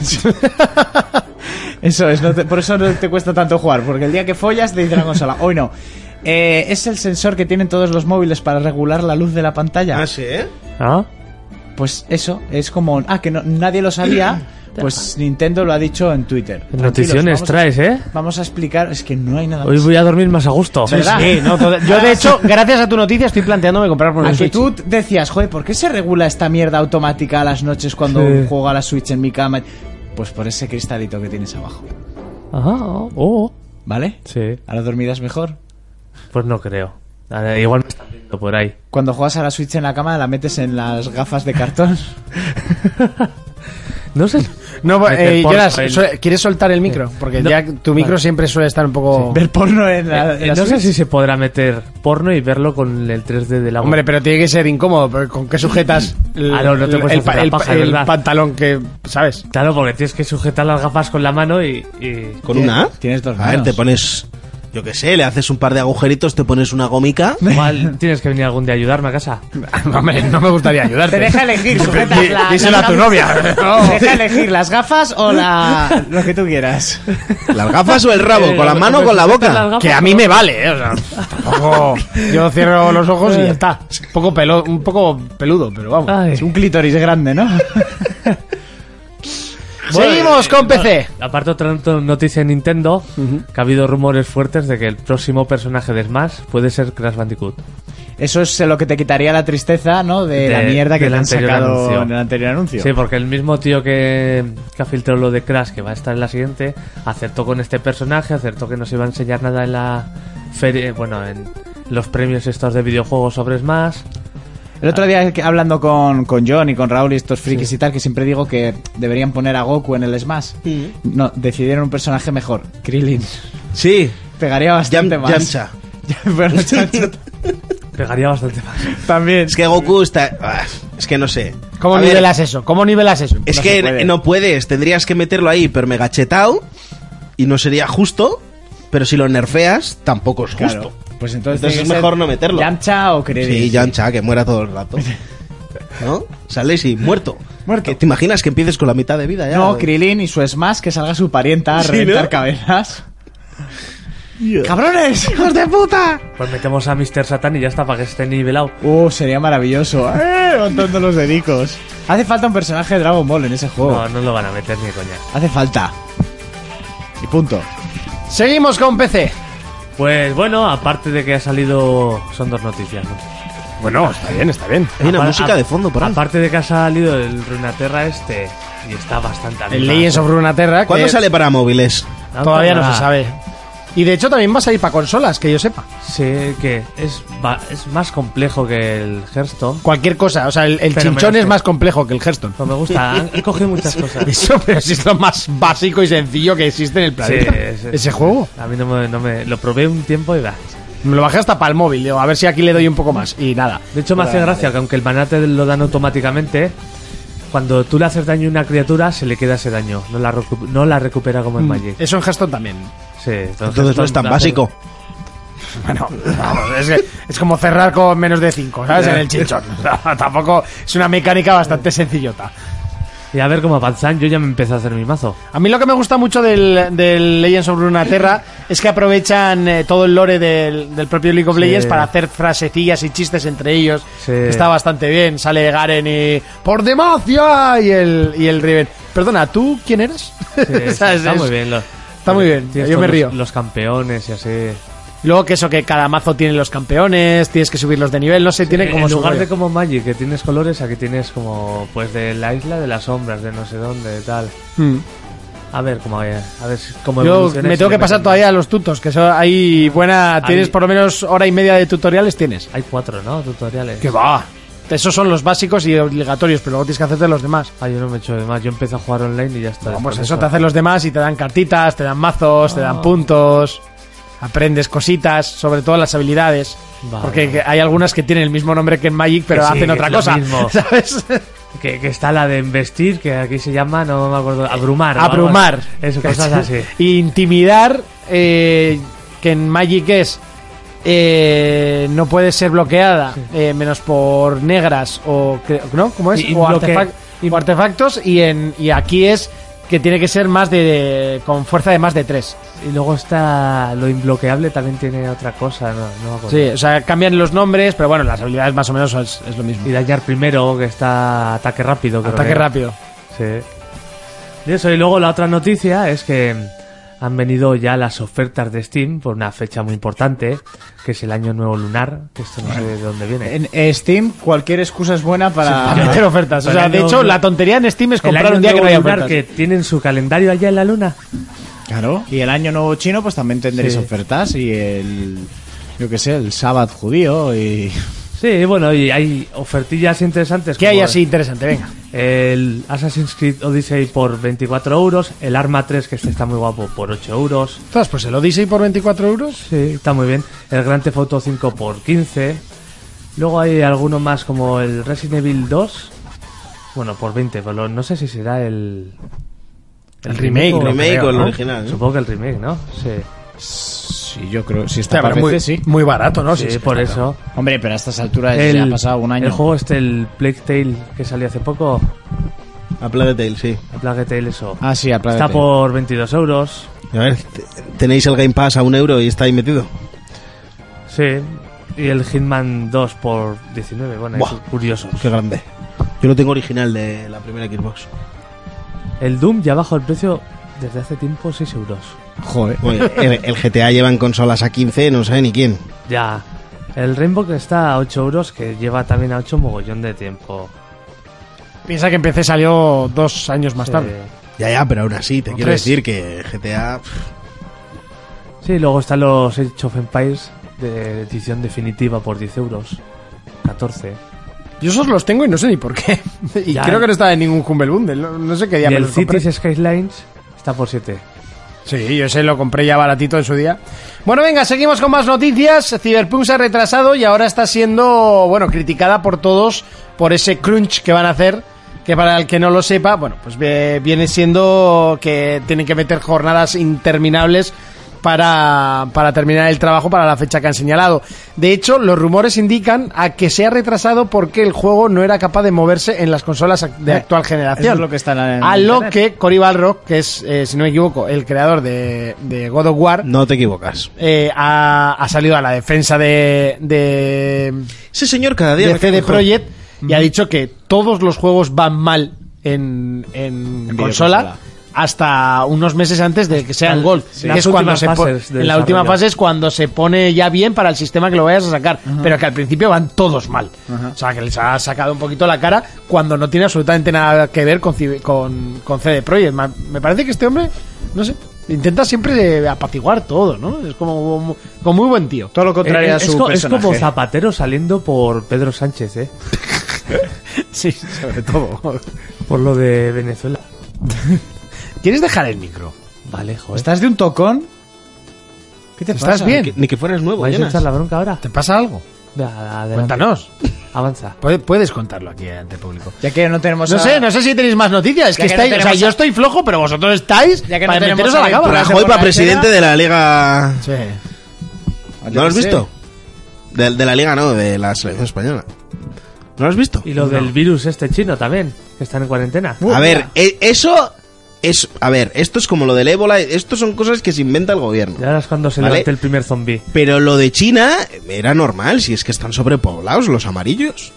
Eso es, no te- por eso no te cuesta tanto jugar, porque el día que follas te dice la consola, hoy no. Eh, es el sensor que tienen todos los móviles para regular la luz de la pantalla. Ah, sí, ¿eh? ¿Ah? Pues eso, es como... Ah, que no- nadie lo sabía, pues Nintendo lo ha dicho en Twitter. Noticiones Tranquilos, traes, ¿eh? vamos a, vamos a explicar, es que no hay nada Hoy más. voy a dormir más a gusto. ¿Verdad? Sí, no, todo- yo de hecho, gracias a tu noticia, estoy planteándome comprar por A el que Switch. tú decías, joder, ¿por qué se regula esta mierda automática a las noches cuando Sí. juego a la Switch en mi cama? Pues por ese cristalito que tienes abajo, Ajá, oh, oh. ¿vale? Sí, ¿Ahora dormirás mejor? pues no creo. A ver, igual me están viendo por ahí. Cuando juegas a la Switch en la cama, la metes en las gafas de cartón. No sé. No, Meter eh, porno Jonas, en- su- ¿quieres soltar el micro? Porque No. ya tu micro Vale. siempre suele estar un poco... Ver porno en la, en Eh, la no sé Switch. si se podrá meter porno y verlo con el tres D del agua. Hombre, pero tiene que ser incómodo, porque ¿con qué sujetas el, Ah, no, no te el- puedes el pa- hacer la el pa- paja, el ¿verdad? pantalón que, ¿sabes? Claro, porque tienes que sujetar las gafas con la mano y... y- ¿Con una? Tienes dos A ver, manos. te pones... Yo qué sé, le haces un par de agujeritos, te pones una gomica... Igual tienes que venir algún día a ayudarme a casa. Hombre, no me gustaría ayudarte. Te deja elegir, sujetas Dí- la- díselo la- a tu novia. No. Te deja elegir las gafas o la lo que tú quieras. ¿Las gafas o el rabo? Eh, ¿Con la mano o con la sujetas las boca? gafas Que a mí con- me vale, ¿eh? O sea, tampoco... Yo cierro los ojos y ya está. Un poco, pelo, un poco peludo, pero vamos. Ay. Es un clítoris grande, ¿no? Seguimos con P C. Aparte, otra not- noticia en Nintendo, que ha habido rumores fuertes de que el próximo personaje de Smash puede ser Crash Bandicoot. Eso es lo que te quitaría la tristeza, ¿no? De, la De- mierda que del te han anterior sacado anuncio. en el anterior anuncio. Sí, porque el mismo tío que, que ha filtrado lo de Crash, que va a estar en la siguiente, acertó con este personaje, acertó que no se iba a enseñar nada en la feria, bueno, en los premios estos de videojuegos sobre Smash. El otro día que- hablando con, con John y con Raúl y estos frikis y tal, que siempre digo que deberían poner a Goku en el Smash. No, decidieron un personaje mejor, Krillin. Sí. Pegaría bastante Yam- más. Yamcha. Bueno, Yamcha Pegaría bastante más. también. Es que Goku está... ah, Es que no sé. ¿Cómo A ver, nivelas eso? ¿Cómo nivelas eso? Es No que se puede. no puedes. Tendrías que meterlo ahí hiper mega chetao y no sería justo, pero si lo nerfeas, tampoco es justo. Claro. Pues entonces, Entonces tiene es que mejor ser no meterlo. Yamcha o Krillin. Sí, Yamcha, que muera todo el rato. ¿No? Sales y muerto. Muerto. ¿Que ¿Te imaginas que empieces con la mitad de vida ya? No, Krillin y su Smash, que salga su parienta a Sí, reventar ¿no? cabezas. ¡Cabrones! ¡Hijos de puta! Pues metemos a mister Satan y ya está, para que esté nivelado. Uh, sería maravilloso. ¡Eh! Montando los dedicos. Hace falta un personaje de Dragon Ball en ese juego. No, no lo van a meter ni coña. Hace falta. Y punto. Seguimos con P C. Pues bueno, aparte de que ha salido... Son dos noticias, ¿no? Bueno, está bien, está bien. Hay una Apar- música a- de fondo por ahí. Aparte de que ha salido el Ruinaterra este, y está bastante El arriba. Legends of Runeterra. ¿Cuándo que sale para móviles? Aún Todavía no tardará. se sabe. Y de hecho también va a salir para consolas, que yo sepa. Sí, que es, va- es más complejo que el Hearthstone. Cualquier cosa. O sea, el, el Pero chinchón me- es más complejo que el Hearthstone. Pues me gusta, han, han cogido muchas cosas. Eso, pero si es lo más básico y sencillo que existe en el planeta. es- es- Ese juego. A mí no me, no me... Lo probé un tiempo y va. Me lo bajé hasta para el móvil. Digo, a ver si aquí le doy un poco más. Y nada. De hecho, me hace gracia que aunque el maná te lo dan automáticamente, cuando tú le haces daño a una criatura, se le queda ese daño. No la, recu- no la recupera como en Magic. Eso en Hearthstone también. Sí, Entonces no es tan básico. Bueno, vamos, es, es como cerrar con menos de cinco, ¿sabes? En el chinchón. O sea, tampoco es una mecánica bastante sencillota. Y a ver cómo avanzan, yo ya me empecé a hacer mi mazo. A mí lo que me gusta mucho del, del Legends of Runeterra es que aprovechan eh, todo el lore del, del propio League of Sí. Legends para hacer frasecillas y chistes entre ellos. Sí. Que está bastante bien. Sale Garen y ¡por Demacia! Y el, y el Riven. Perdona, ¿tú quién eres? Sí, O sea, está es- muy bien. Lo, está muy bien, tienes yo me todos río. Los, los campeones y así. Y luego que eso, que cada mazo tiene los campeones, tienes que subirlos de nivel, no sé, tiene como en su lugar rollo. de como Magic, que tienes colores, aquí tienes como, pues, de la isla de las sombras, de no sé dónde, de tal. Mm. A ver cómo vaya, a ver si- cómo Yo evoluciona me y tengo si que le pasar meten todavía a más. los tutos, que eso hay buena... Tienes Hay- por lo menos hora y media de tutoriales, tienes. Hay cuatro, ¿no? Tutoriales. Que va. Esos son los básicos y obligatorios, pero luego tienes que hacerte los demás. Ah, yo no me he hecho de más, yo empecé a jugar online y ya está. Vamos, pues después eso de te hacen los demás y te dan cartitas, te dan mazos, te dan puntos, aprendes cositas, sobre todo las habilidades. Vale, porque vale. hay algunas que tienen el mismo nombre que en Magic, pero Que sí, hacen que otra es lo cosa. mismo. ¿Sabes? Que, que está la de investir, que aquí se llama, no me acuerdo, abrumar. o algo Abrumar. así. Eso, cosas así. Intimidar, eh, que en Magic es... eh, no puede ser bloqueada eh, menos por negras o cre- ¿no? ¿Cómo es? Y- y o, bloque- artefac- y- o artefactos y en y aquí es que tiene que ser más de, de- con fuerza de más de tres. Y luego está lo imbloqueable, también tiene otra cosa, no, no me acuerdo. Sí, o sea, cambian los nombres, pero bueno, las habilidades más o menos es, es lo mismo. Y dañar primero, que está ataque rápido. creo Ataque que. rápido. Sí. Y eso, y luego la otra noticia es que han venido ya las ofertas de Steam por una fecha muy importante, que es el año nuevo lunar, que esto no sé de dónde viene. En eh, Steam, cualquier excusa es buena para... Para meter ofertas. O Pero sea, el de año- hecho, la tontería en Steam es El comprar año un día que no nuevo haya lunar, ofertas. que tienen su calendario allá en la luna. Claro. Y el año nuevo chino, pues también tendréis Sí. ofertas. Y el... Yo qué sé, el sábado judío y... Sí, bueno, y hay ofertillas interesantes. ¿Qué como hay así interesante? Venga. El Assassin's Creed Odyssey por veinticuatro euros, el Arma tres, que este está muy guapo, por ocho euros. Ostras, pues el Odyssey por veinticuatro euros. Sí, está muy bien. El Grand Theft Auto cinco por quince. Luego hay alguno más como el Resident Evil dos. Bueno, por veinte, pero no sé si será el... El remake, o- no remake creo, o el ¿no? original, ¿no? Supongo que el remake, ¿no? Sí. Sí, yo creo... Si está Hostia, para pero muy, P C, sí. muy barato, ¿no? Sí, Sí, sí, por está eso. Hombre, pero a estas alturas El, ya ha pasado un año. el juego este, el Plague Tale, que salió hace poco. A Plague Tale, sí. El Plague Tale, eso. Ah, sí, a Plague Está Tale. por veintidós euros. A ver, te- tenéis el Game Pass a un euro y está ahí metido. Sí. Y el Hitman dos por diecinueve. Bueno, Buah. es curioso. Qué grande. Yo lo tengo original de la primera Xbox. El Doom ya bajó el precio desde hace tiempo, seis euros. Joder. Bueno, el, el G T A lleva en consolas a quince, no sabe ni quién. Ya. El Rainbow que está a ocho euros, que lleva también a ocho mogollón de tiempo. Piensa que en P C salió dos años más Sí. tarde. Ya, ya, pero aún así, te O quiero tres. decir que G T A... pff, Sí, luego están los Age of Empires de edición definitiva por diez euros. catorce. Yo esos los tengo y no sé ni por qué. Y Ya. creo que no estaba en ningún Humble Bundle. No, no sé qué día Y me el los compré. Cities Skylines está por siete. Sí, yo ese lo compré ya baratito en su día. Bueno, venga, seguimos con más noticias. Cyberpunk se ha retrasado y ahora está siendo, bueno, criticada por todos por ese crunch que van a hacer. Que para el que no lo sepa, bueno, pues ve- viene siendo que tienen que meter jornadas interminables para, para terminar el trabajo para la fecha que han señalado. De hecho, los rumores indican a que se ha retrasado porque el juego no era capaz de moverse en las consolas ac- de Eh, actual generación. eso es lo que está en la- en a lo internet. que Cory Balrog, que es, eh, si no me equivoco, el creador de, de God of War, No te equivocas. eh, ha, ha salido a la defensa de, de, Ese señor cada día... de me cae C D mejor. Projekt y ha dicho que todos los juegos van mal en, en, En consola videoconsola. hasta unos meses antes de que sean Las- Gold. sí. Que Las es cuando últimas se po- fases de en la última desarrollo. fase es cuando se pone ya bien para el sistema que lo vayas a sacar, pero que al principio van todos mal. O sea, que les ha sacado un poquito la cara cuando no tiene absolutamente nada que ver con, Cibe- con, con C D Projekt. Ma- Me parece que este hombre, no sé, intenta siempre apaciguar todo, ¿no? Es como, como muy buen tío. Todo lo contrario Eh, a es, su co- es personaje. como Zapatero saliendo por Pedro Sánchez, ¿eh? Sí, sobre todo. Por lo de Venezuela. ¿Quieres dejar el micro? Vale, joder. ¿Estás de un tocón? ¿Qué te ¿Estás pasa? bien? Que- ni que fueras nuevo, ¿Vais a Jonas. echar la bronca ahora? ¿Te pasa algo? Venga, adelante. Cuéntanos. Avanza. Puedes, puedes contarlo aquí ante el público. Ya que no tenemos No a- sé, no sé si tenéis más noticias. Es Ya que que no estáis, o sea, tenemos yo a- estoy flojo, pero vosotros estáis Ya que no para tenemos meteros a la a- cámara. Rajoy para presidente de la Liga. Sí. ¿No lo has visto? De, de la Liga, no, de la selección española. ¿No lo has visto? Y lo del virus este chino también, que están en cuarentena. A ver, e- eso es... A ver, esto es como lo del ébola. Esto son cosas que se inventa el gobierno. Y ahora es cuando se Vale. levante el primer zombie. Pero lo de China era normal, si es que están sobrepoblados los amarillos.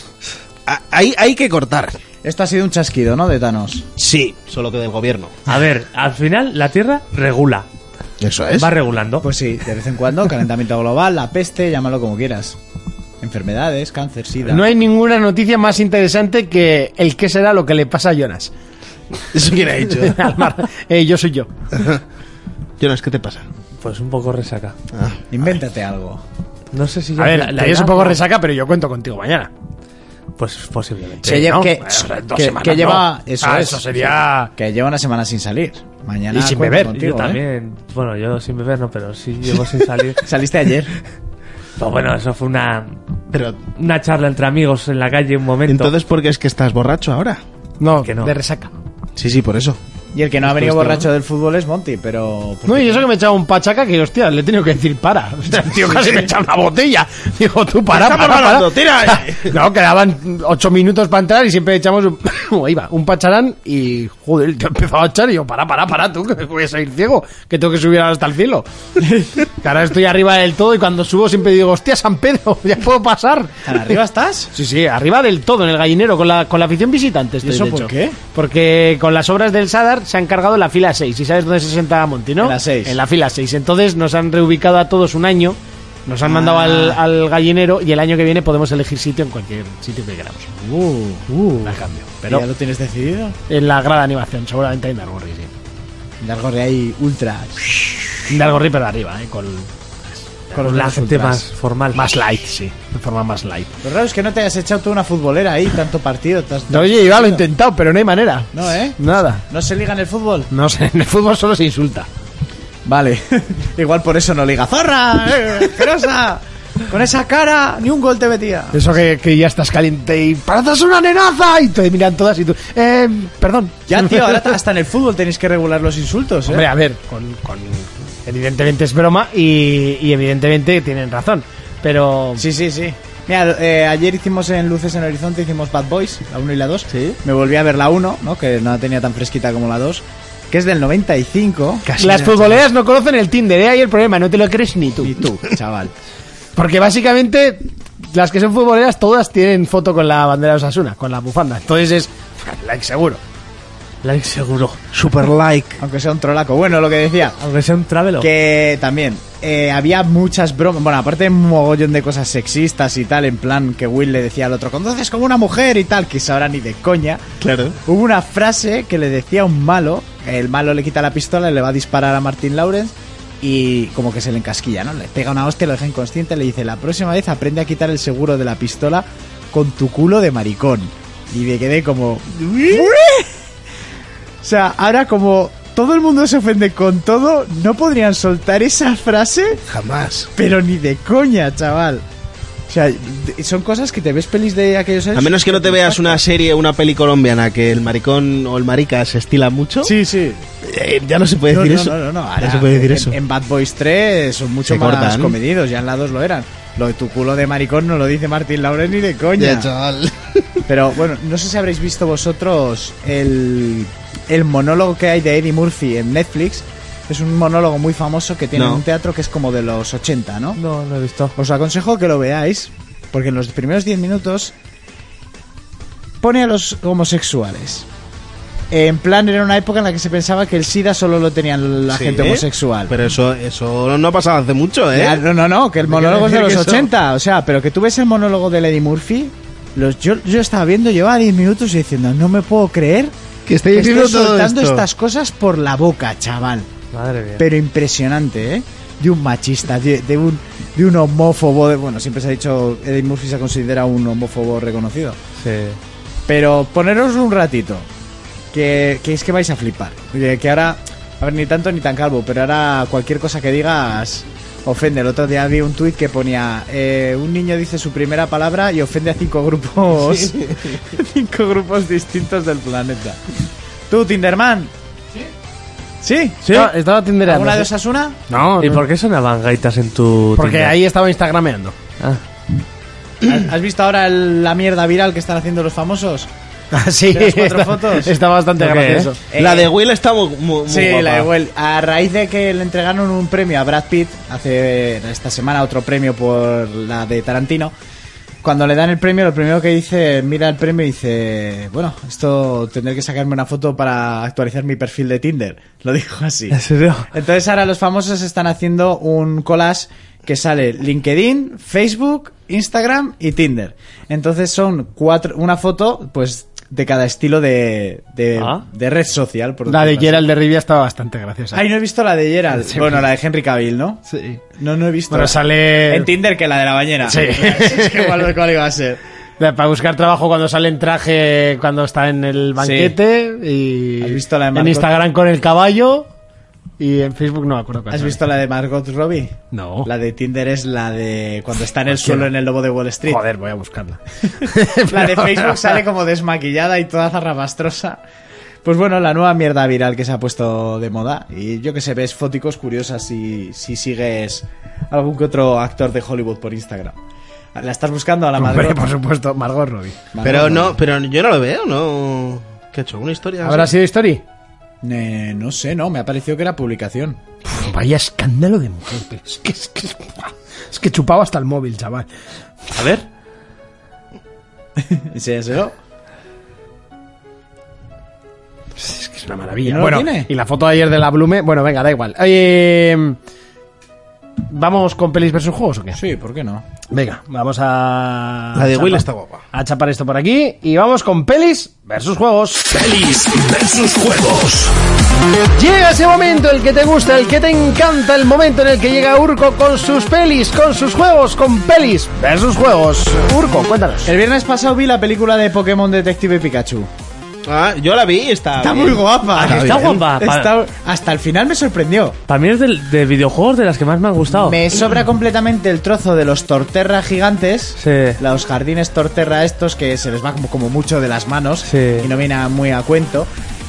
A- Hay, hay que cortar. Esto ha sido un chasquido, ¿no? De Thanos. Sí, solo que del gobierno. A ver, al final la Tierra regula. Eso es. Va regulando. Pues sí, de vez en cuando, calentamiento global, la peste, llámalo como quieras. Enfermedades, cáncer, sida. No hay ninguna noticia más interesante que el qué será lo que le pasa a Jonas. ¿Eso quién ha dicho? Al mar. Eh, yo soy yo. Jonas, ¿qué te pasa? Pues un poco resaca. Ah. Invéntate algo. No sé si A ya ver, te- la te es un da, poco ¿no? resaca, pero yo cuento contigo mañana. Pues posiblemente. Se lleva- ¿no? que, Bueno, dos que- semanas, que lleva... no. Eso Ah, es. eso sería- Que lleva una semana sin salir. Mañana Y sin cuento beber. contigo, Yo ¿eh? también. Bueno, yo sin beber no, pero sí llevo sin salir. Saliste ayer. Pues bueno, eso fue una, Pero, una charla entre amigos en la calle un momento. entonces, ¿por qué es que estás borracho ahora? No, Que no. de resaca. Sí, sí, por eso. Y el que no ha venido Esto, borracho del fútbol es Monty, pero... No, y eso que me echaba un pachaca que, hostia, le he tenido que decir para. O sea, el tío casi me echaba una botella. Digo, tú para, Estamos para, para. ganando, tira. No, quedaban ocho minutos para entrar y siempre echamos un... Ahí va, un pacharán y, joder, el tío empezaba a echar y yo, para, para, para, tú, que voy a salir ciego, que tengo que subir hasta el cielo. Que ahora estoy arriba del todo y cuando subo siempre digo, hostia, San Pedro, ya puedo pasar. ¿Tan arriba estás? Sí, sí, arriba del todo, en el gallinero, con la, con la afición visitante. Estoy, ¿Y eso de por hecho. qué? Porque con las obras del Sadar se han cargado en la fila seis. ¿Y sabes dónde se sienta Monty, no? En la seis. En la fila seis. Entonces nos han reubicado a todos un año, nos han mandado al, al gallinero y el año que viene podemos elegir sitio en cualquier sitio que queramos. Uh, uh. Al cambio. ¿Pero Pero ya lo tienes decidido? en la grada de animación, seguramente en Dargorri, sí. Dargorri ahí ultra. En Dargorri, pero arriba, ¿eh? Con, Con los la dedos gente ultras. más formal. más light, sí. De forma más light. Lo raro es que no te hayas echado tú una futbolera ahí, tanto partido. te has- No, oye, yo lo he intentado, pero no hay manera. No, ¿eh? Nada. ¿No se liga en el fútbol? No sé, en el fútbol solo se insulta. Vale. Igual por eso no liga. ¡Zorra! ¡Eh, asquerosa! Con esa cara, ni un gol te metía. Eso que, que ya estás caliente y ¡pareces una nenaza! Y te miran todas y tú... Eh, perdón. Ya, tío, ahora hasta en el fútbol tenéis que regular los insultos, ¿eh? Hombre, a ver, con, con- evidentemente es broma y, y evidentemente tienen razón. Pero... Sí, sí, sí. Mira, eh, ayer hicimos en Luces en Horizonte, hicimos Bad Boys, la uno y la dos. Sí. Me volví a ver la uno, ¿no? Que no la tenía tan fresquita como la dos. Que es del noventa y cinco. Las futboleras no conocen el Tinder, ¿eh? Ahí el problema, no te lo crees ni tú. Y tú, chaval. Porque básicamente las que son futboleras todas tienen foto con la bandera de Osasuna, con la bufanda. Entonces es like seguro. Like seguro. Super like. Aunque sea un trolaco. Bueno, lo que decía. Aunque sea un travelo. Que también eh, había muchas bromas. Bueno, aparte de un mogollón de cosas sexistas y tal, en plan que Will le decía al otro, conduces como una mujer y tal, que ahora ni de coña. Claro. Hubo una frase que le decía a un malo, el malo le quita la pistola y le va a disparar a Martin Lawrence y como que se le encasquilla, ¿no? Le pega una hostia, lo deja inconsciente, le dice, la próxima vez aprende a quitar el seguro de la pistola con tu culo de maricón. Y me quedé como... O sea, ahora como todo el mundo se ofende con todo, no podrían soltar esa frase, Jamás. pero ni de coña, chaval. O sea, de- son cosas que te ves pelis de aquellos años. A menos que no te veas una serie, una peli colombiana que el maricón o el marica se estila mucho. Sí, sí. eh, ya no se puede No, decir no, eso. no, no, no. Ya Ahora, se puede decir en, eso. En Bad Boys tres son mucho Se más cortan. comedidos, ya en la dos lo eran. Lo de tu culo de maricón no lo dice Martín Lawrence ni de coña. Ya, chaval. Pero bueno, no sé si habréis visto vosotros el, el monólogo que hay de Eddie Murphy en Netflix. Es un monólogo muy famoso que tiene No. en un teatro que es como de los ochenta, ¿no? No, no he visto. Os aconsejo que lo veáis, porque en los primeros diez minutos pone a los homosexuales. En plan, era una época en la que se pensaba que el SIDA solo lo tenían la Sí, gente homosexual. Pero eso, eso no ha pasado hace mucho, ¿eh? Ya, no, no, no, que el monólogo es de decir los que eso- ochenta, o sea, pero que tú ves el monólogo de Eddie Murphy, los, yo, yo estaba viendo, llevaba diez minutos y diciendo, no me puedo creer Que esté que diciendo esté todo soltando esto. estas cosas por la boca, chaval. Madre mía. Pero impresionante, ¿eh? De un machista, de, de un, de un homófobo, de- bueno, siempre se ha dicho, Eddie Murphy se considera un homófobo reconocido. Sí. Pero poneros un ratito, que, que es que vais a flipar. Oye, que ahora, a ver, ni tanto ni tan calvo, pero ahora cualquier cosa que digas, ofende. El otro día vi un tuit que ponía eh, un niño dice su primera palabra y ofende a cinco grupos sí. cinco grupos distintos del planeta. ¿Tú, Tinderman? ¿Sí? ¿Sí? No, estaba tindereando. ¿Alguna de Osasuna? No. ¿Y no. por qué sonaban gaitas en tu Porque Tinder? ahí estaba instagrameando. Ah. ¿Has visto ahora el- la mierda viral que están haciendo los famosos? Ah, sí, ¿De las cuatro está, fotos? está bastante ¿Lo qué, gracioso. Eh, La de Will está muy, muy, muy Sí, guapa. la de Well. A raíz de que le entregaron un premio a Brad Pitt hace esta semana, otro premio por la de Tarantino. Cuando le dan el premio, lo primero que dice, mira el premio y dice, bueno, esto tendré que sacarme una foto para actualizar mi perfil de Tinder. Lo dijo así. ¿En serio? Entonces ahora los famosos están haciendo un collage que sale LinkedIn, Facebook, Instagram y Tinder. Entonces son cuatro, una foto, pues, de cada estilo de, de, Ah. de red social. Por La de decirlo así. Gerald de Rivia estaba bastante graciosa. Ay, no he visto la de Gerald. Sí. Bueno, la de Henry Cavill, ¿no? Sí. No, no he visto. Bueno, sale... En Tinder que la de la bañera. Sí. Es que cuál, cuál iba a ser. Para buscar trabajo cuando sale en traje, cuando está en el banquete. Y ¿Has visto la de en Margot? Instagram con el caballo. Y en Facebook no me acuerdo cuál ¿Has sale. visto la de Margot Robbie? No. La de Tinder es la de cuando está en el suelo en el lobo de Wall Street. Joder, voy a buscarla. La de Facebook sale como desmaquillada y toda zarrapastrosa. Pues bueno, la nueva mierda viral que se ha puesto de moda. Y yo que sé, ves foticos curiosas si, si sigues algún que otro actor de Hollywood por Instagram. ¿La estás buscando a la madre? Hombre, por supuesto, Margot Robbie. Pero no, pero yo no lo veo, ¿no? ¿Qué ha hecho? ¿Una historia? ¿Habrá sido Story? Eh, no sé, no, me ha parecido que era publicación. Uf, vaya escándalo de mujer. pero Es que, es que, es que chupaba hasta el móvil, chaval. A ver. Enséñaselo. Es que es una maravilla. ¿Y no lo bueno, tiene? y la foto de ayer de la Blume. Bueno, venga, da igual. Eh, ¿Vamos con pelis versus juegos o qué? Sí, ¿por qué no? Venga, vamos a. La de a Will chapar- está guapa. A chapar esto por aquí. Y vamos con pelis versus juegos. Pelis versus juegos. Llega ese momento, el que te gusta, el que te encanta, el momento en el que llega Urco con sus pelis, con sus juegos, con pelis versus juegos. Urco, cuéntanos. El viernes pasado vi la película de Pokémon Detective Pikachu. Ah, yo la vi, está Está bien. muy guapa. Ah, que está guapa. Pa- Está- hasta el final me sorprendió. Para mí es del- de, videojuegos de las que más me han gustado. Me sobra completamente el trozo de los Torterra gigantes. Sí. Los jardines Torterra estos que se les va como, como mucho de las manos. Sí. Y no viene a- muy a cuento.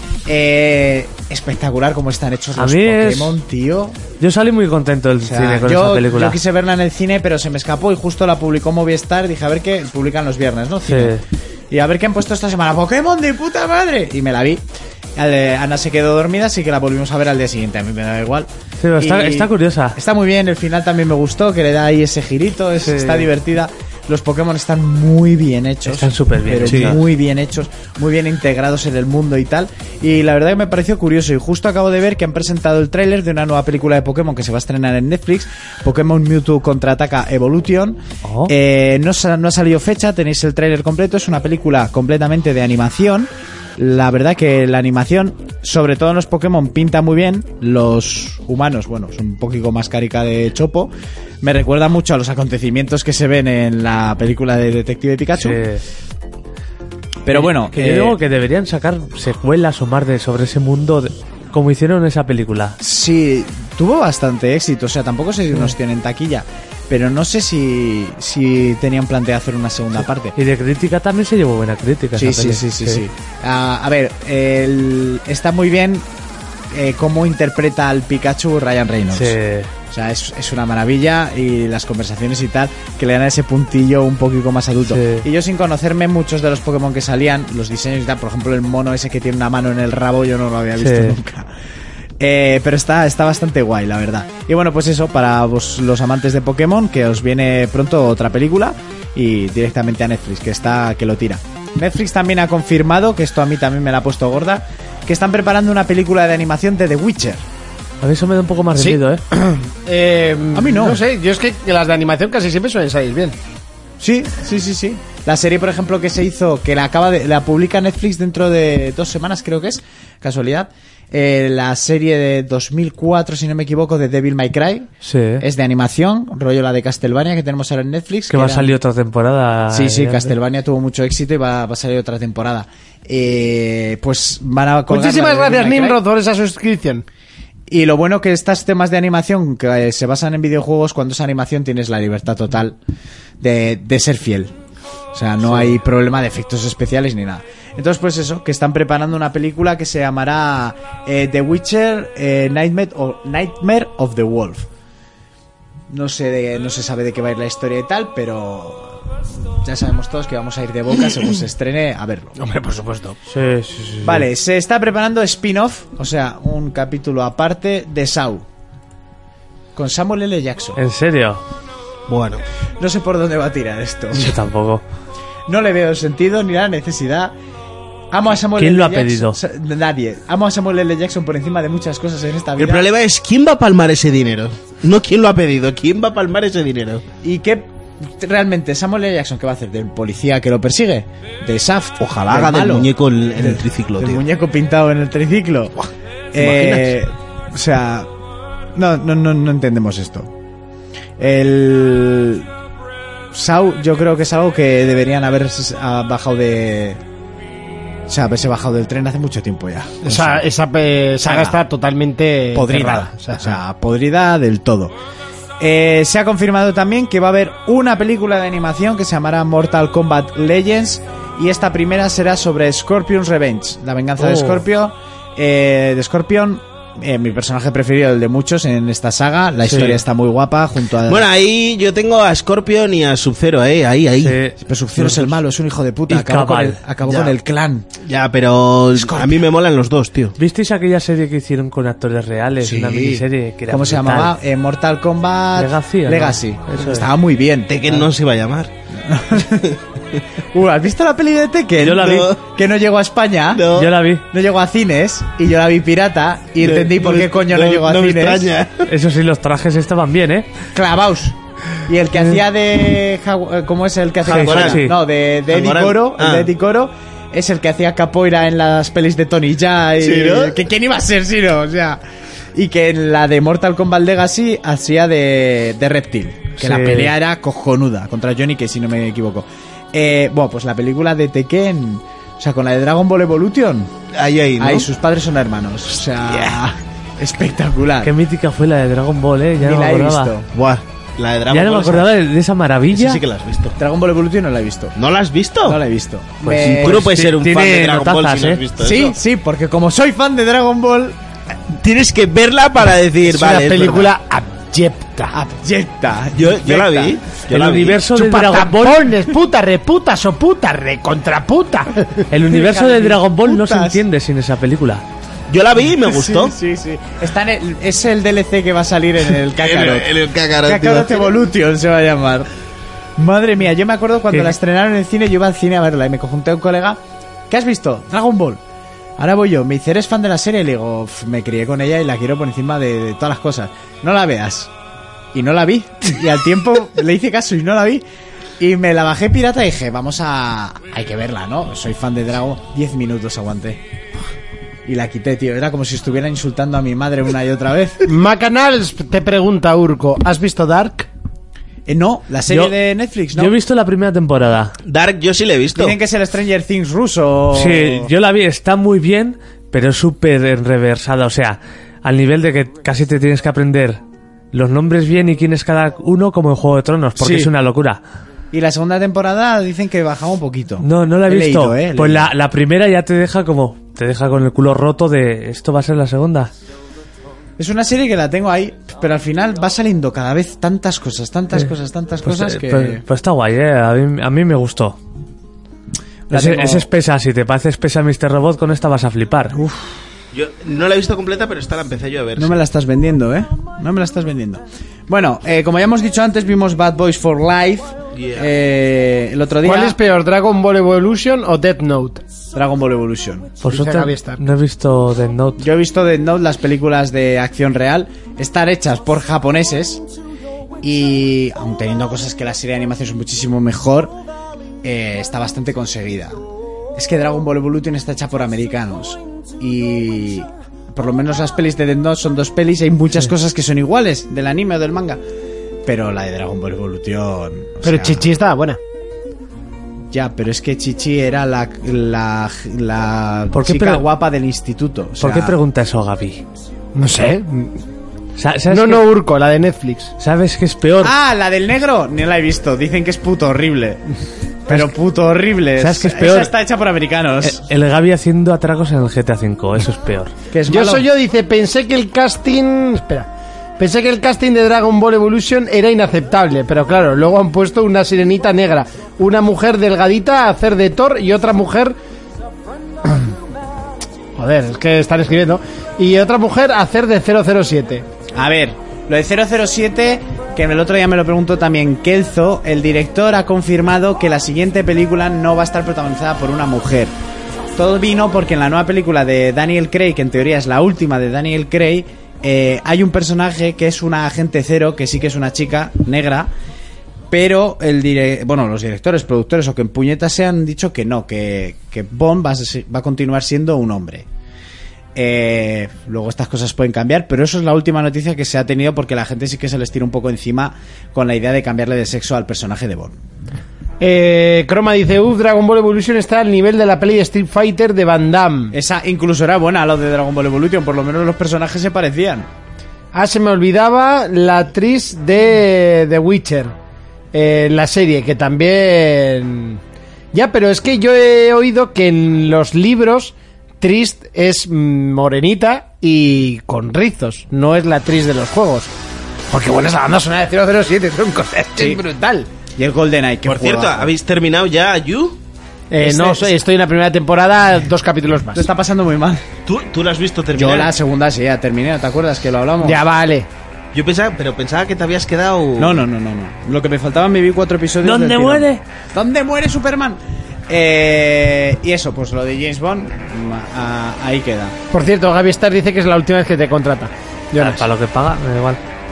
Eh, espectacular como están hechos A los mí es- Pokémon, tío. Yo salí muy contento del O sea, cine con yo, esa película. yo quise verla en el cine, pero se me escapó y justo la publicó Movistar. Dije, a ver qué publican los viernes, ¿no? Cine. Sí. Y a ver qué han puesto esta semana. Pokémon de puta madre. Y me la vi. Ale- Ana se quedó dormida, así que la volvimos a ver al día siguiente. A mí me da igual. Sí, pero está, Y- está curiosa. Está muy bien, el final también me gustó, que le da ahí ese girito, es- Sí. está divertida. Los Pokémon están muy bien hechos. Están súper bien pero hechos. muy bien hechos, muy bien integrados en el mundo y tal. Y la verdad que me pareció curioso. Y justo acabo de ver que han presentado el tráiler de una nueva película de Pokémon que se va a estrenar en Netflix. Pokémon Mewtwo Contraataca Evolution. Oh. Eh, no, sa- no ha salido fecha, tenéis el tráiler completo. Es una película completamente de animación. La verdad que la animación, sobre todo en los Pokémon, pinta muy bien. Los humanos, bueno, son un poquito más carica de chopo. Me recuerda mucho a los acontecimientos que se ven en la película de Detective Pikachu. Sí. Pero bueno, Que eh, yo digo que deberían sacar secuelas o más de sobre ese mundo de- como hicieron en esa película. sí, tuvo bastante éxito. O sea, tampoco sé si nos tienen taquilla. Pero no sé si, si tenían planteado hacer una segunda parte. Y de crítica también se llevó buena crítica. Sí, esa sí, peli. sí, sí, sí. Ah, a ver, el- está muy bien eh, cómo interpreta al Pikachu Ryan Reynolds. Sí. O sea, es, es una maravilla y las conversaciones y tal que le dan ese puntillo un poquito más adulto. Sí. Y yo sin conocerme muchos de los Pokémon que salían, los diseños y tal, por ejemplo el mono ese que tiene una mano en el rabo, yo no lo había visto Sí. nunca. Eh, pero está, está bastante guay, la verdad. Y bueno, pues eso, para vos, los amantes de Pokémon, que os viene pronto otra película y directamente a Netflix, que está, que lo tira. Netflix también ha confirmado, que esto a mí también me la ha puesto gorda, que están preparando una película de animación de The Witcher. A mí eso me da un poco más de Sí. miedo, ¿eh? Eh, A mí no. No sé, yo es que las de animación casi siempre suelen salir bien. Sí, sí, sí, sí. La serie, por ejemplo, que se hizo, que la acaba de, la publica Netflix dentro de dos semanas, creo que es, casualidad. Eh, la serie de dos mil cuatro, si no me equivoco, de Devil May Cry. Sí. Es de animación, rollo la de Castlevania que tenemos ahora en Netflix. Que va a era- salir otra temporada. Sí, sí, eh, Castlevania tuvo mucho éxito y va, va a salir otra temporada. Eh, pues van a colgar Muchísimas la de Devil gracias, May Cry. Nimrod, por esa suscripción. Y lo bueno que estos temas de animación que se basan en videojuegos, cuando es animación tienes la libertad total de, de ser fiel. O sea, no sí. hay problema de efectos especiales ni nada. Entonces, pues eso, que están preparando una película que se llamará eh, The Witcher eh, Nightmare, o Nightmare of the Wolf. No sé de, no se sabe de qué va a ir la historia y tal, pero ya sabemos todos que vamos a ir de boca según se estrene a verlo. Hombre, por supuesto. Sí, sí, sí. Vale, se está preparando spin-off, o sea, un capítulo aparte de Saw, con Samuel L. Jackson. ¿En serio? Bueno, no sé por dónde va a tirar esto. Yo tampoco. No le veo sentido ni la necesidad. Amo a Samuel ¿Quién L. lo ha Jackson. pedido? Nadie. Amo a Samuel L. Jackson por encima de muchas cosas en esta vida. el problema es quién va a palmar ese dinero. No quién lo ha pedido, quién va a palmar ese dinero. ¿Y qué realmente Samuel L. Jackson qué va a hacer? ¿Del policía que lo persigue? ¿De Shaft? Ojalá haga del muñeco en, en el triciclo, del tío. muñeco pintado en el triciclo. Buah, ¿te eh, o sea, no, no, no, no entendemos esto. El Saw, yo creo que es algo que deberían haber bajado de... O sea, haberse bajado del tren hace mucho tiempo ya. O sea, esa eh, saga está totalmente podrida. cerrada. O sea, o sea, podrida del todo. Eh, se ha confirmado también que va a haber una película de animación que se llamará Mortal Kombat Legends. Y esta primera será sobre Scorpion's Revenge, la venganza oh. de Scorpio. Eh, de Scorpion. Eh, mi personaje preferido, el de muchos en esta saga. La historia sí. está muy guapa junto a... Bueno, ahí yo tengo a Scorpion y a Sub-Zero, eh, ahí, ahí. Sí. Pero Sub-Zero es el malo, es un hijo de puta. Acabó, con el, acabó con el clan. Ya, pero Scorpion. A mí me molan los dos, tío. ¿Visteis aquella serie que hicieron con actores reales? Sí. Una miniserie que era ¿Cómo brutal. se llamaba? Eh, Mortal Kombat Legacy. ¿no? Legacy. Eso Estaba es. muy bien. Tekken no se iba a llamar. uh, ¿Has visto la peli de Tekken? Yo la vi. No. Que no llegó a España. No. Yo la vi. No llegó a cines y yo la vi pirata y No, entendí por no, qué coño no, no, llegó a no me cines. extraña. Eso sí, los trajes estaban bien, ¿eh? Clavaos. Y el que hacía de... ¿Cómo es el que hacía? Hangoran. Sí. No, de, de Eddie Hangoran. Coro. Ah. El de Eddie Coro es el que hacía capoeira en las pelis de Tony Jaa. Y... ¿Sí, no? ¿Que ¿Quién iba a ser, si no? O sea... Y que en la de Mortal Kombat Legacy hacía de, de Reptil. Que Sí. la pelea era cojonuda contra Johnny, que si no me equivoco. Eh, bueno, pues la película de Tekken... O sea, con la de Dragon Ball Evolution... Ahí, ahí, ¿no? Ahí sus padres son hermanos. O sea... Yeah. Espectacular. Qué mítica fue la de Dragon Ball, ¿eh? Ya Ni no me la he acordaba. visto. Buah, la de Dragon Ya no me Ball, acordaba de, de esa maravilla. esa sí que la has visto. Dragon Ball Evolution no la he visto. ¿No la has visto? No la he visto. Pues Me- tú no puedes ti- ser un fan tiene de Dragon Ball notazas, si no has ¿eh? visto Sí, eso. sí, porque como soy fan de Dragon Ball, Tienes que verla para decir, Es vale, una es película abyecta. abyecta. Yo, yo la vi. Yo El la vi. universo de Dragon Ball, Chupatampones, puta, reputa, soputa, recontraputa. el universo de Dragon Ball no se Putas. entiende sin esa película. Yo la vi y me gustó. Sí, sí, sí. Está en el- es el D L C que va a salir en el Kakarot. El, el Kakarot, Kakarot tío. Evolution se va a llamar. Madre mía, yo me acuerdo cuando ¿Qué? la estrenaron en el cine, yo iba al cine a verla y me conjunté a un colega. ¿Qué has visto? Dragon Ball. Ahora voy yo, me dice, ¿eres fan de la serie? Y le digo, "Uf, me crié con ella y la quiero por encima de, de todas las cosas. No la veas. Y no la vi. Y al tiempo le hice caso y no la vi. Y me la bajé pirata y dije, vamos a... Hay que verla, ¿no? Soy fan de Dragon. Diez minutos aguanté. Y la quité, tío. Era como si estuviera insultando a mi madre una y otra vez. Macanals te pregunta, Urco, ¿has visto Dark? Eh, no, la serie Yo- de Netflix, ¿no? Yo he visto la primera temporada. Dark yo sí la he visto. Dicen que es el Stranger Things ruso. Sí, yo la vi, está muy bien, pero es súper reversada. O sea, al nivel de que casi te tienes que aprender los nombres bien y quién es cada uno como en Juego de Tronos, porque Sí. es una locura. Y la segunda temporada dicen que bajaba un poquito. No, no la he, visto. leído, ¿eh? He Pues leído. la, la primera ya te deja como... Te deja con el culo roto de... ¿Esto va a ser la segunda? Es una serie que la tengo ahí, pero al final va saliendo cada vez tantas cosas, tantas cosas, tantas Pues, cosas eh, que... pues, pues está guay, ¿eh? A mí, a mí me gustó. La Es, tengo- es espesa, si te parece espesa mister Robot, con esta vas a flipar. Yo no la he visto completa, pero esta la empecé yo a ver. No me la estás vendiendo, ¿eh? No me la estás vendiendo. Bueno, eh, como ya hemos dicho antes, vimos Bad Boys for Life. Yeah. Eh, el otro día... ¿Cuál es peor, Dragon Ball Evolution o Death Note? Dragon Ball Evolution. Por Dice suerte, Gaby Stark. no he visto The Note. Yo he visto Death Note, las películas de acción real, están hechas por japoneses y, aun teniendo cosas que la serie de animación es muchísimo mejor, eh, está bastante conseguida. Es que Dragon Ball Evolution está hecha por americanos y por lo menos las pelis de Death Note son dos pelis y hay muchas cosas que son iguales del anime o del manga, pero la de Dragon Ball Evolution... o Pero sea, Chichi estaba buena. Ya, pero es que Chichi era la, la, la ¿Por qué chica pre- guapa del instituto. o ¿Por qué sea, pregunta eso, Gaby? No sé. ¿Sabes No, qué- no, Urco, la de Netflix. ¿Sabes qué es peor? Ah, la del negro, no la he visto. Dicen que es puto horrible. Pero puto horrible. ¿Sabes qué es Esa peor? está hecha por americanos. El, el Gaby haciendo atracos en el G T A cinco, eso es peor. Que es Yo malo. soy yo, dice, pensé que el casting... Espera. Pensé que el casting de Dragon Ball Evolution era inaceptable, pero claro, luego han puesto una sirenita negra, una mujer delgadita a hacer de Thor y otra mujer... Joder, es que están escribiendo. Y otra mujer a hacer de cero cero siete. A ver, lo de cero cero siete, que el otro día me lo preguntó también Kelzo, el director ha confirmado que la siguiente película no va a estar protagonizada por una mujer. Todo vino porque en la nueva película de Daniel Craig, que en teoría es la última de Daniel Craig, eh, hay un personaje que es una agente cero, que sí que es una chica negra, pero el dire bueno, los directores, productores o que en puñetas se han dicho que no, que, que Bond va a, se- va a continuar siendo un hombre. Eh, luego estas cosas pueden cambiar, pero eso es la última noticia que se ha tenido porque la gente sí que se les tira un poco encima con la idea de cambiarle de sexo al personaje de Bond. Eh, Croma dice, uff, Dragon Ball Evolution está al nivel de la peli de Street Fighter de Van Damme. Esa incluso era buena, lo de Dragon Ball Evolution, por lo menos los personajes se parecían. Ah, se me olvidaba la actriz de The Witcher, eh, la serie, que también... Ya, pero es que yo he oído que en los libros Trist es mm, morenita y con rizos, no es la actriz de los juegos. Porque bueno, esa banda sonora de cero cero siete, tronco, es Sí. brutal. Y el GoldenEye, que Por cierto, ¿habéis terminado ya You? Eh, Este no, es- soy- estoy en la primera temporada, dos capítulos más. Lo está pasando muy mal. ¿Tú, tú lo has visto terminar? Yo la segunda sí, ya terminé, ¿te acuerdas que lo hablamos? Ya vale. Yo pensaba, pero pensaba que te habías quedado... No, no, no, no, no. Lo que me faltaba me vi cuatro episodios. ¿Dónde del tirón. muere? ¿Dónde muere Superman? Eh, y eso, pues lo de James Bond, a- ahí queda. Por cierto, Gaby Star dice que es la última vez que te contrata. Jonas. Para lo que paga, me da igual.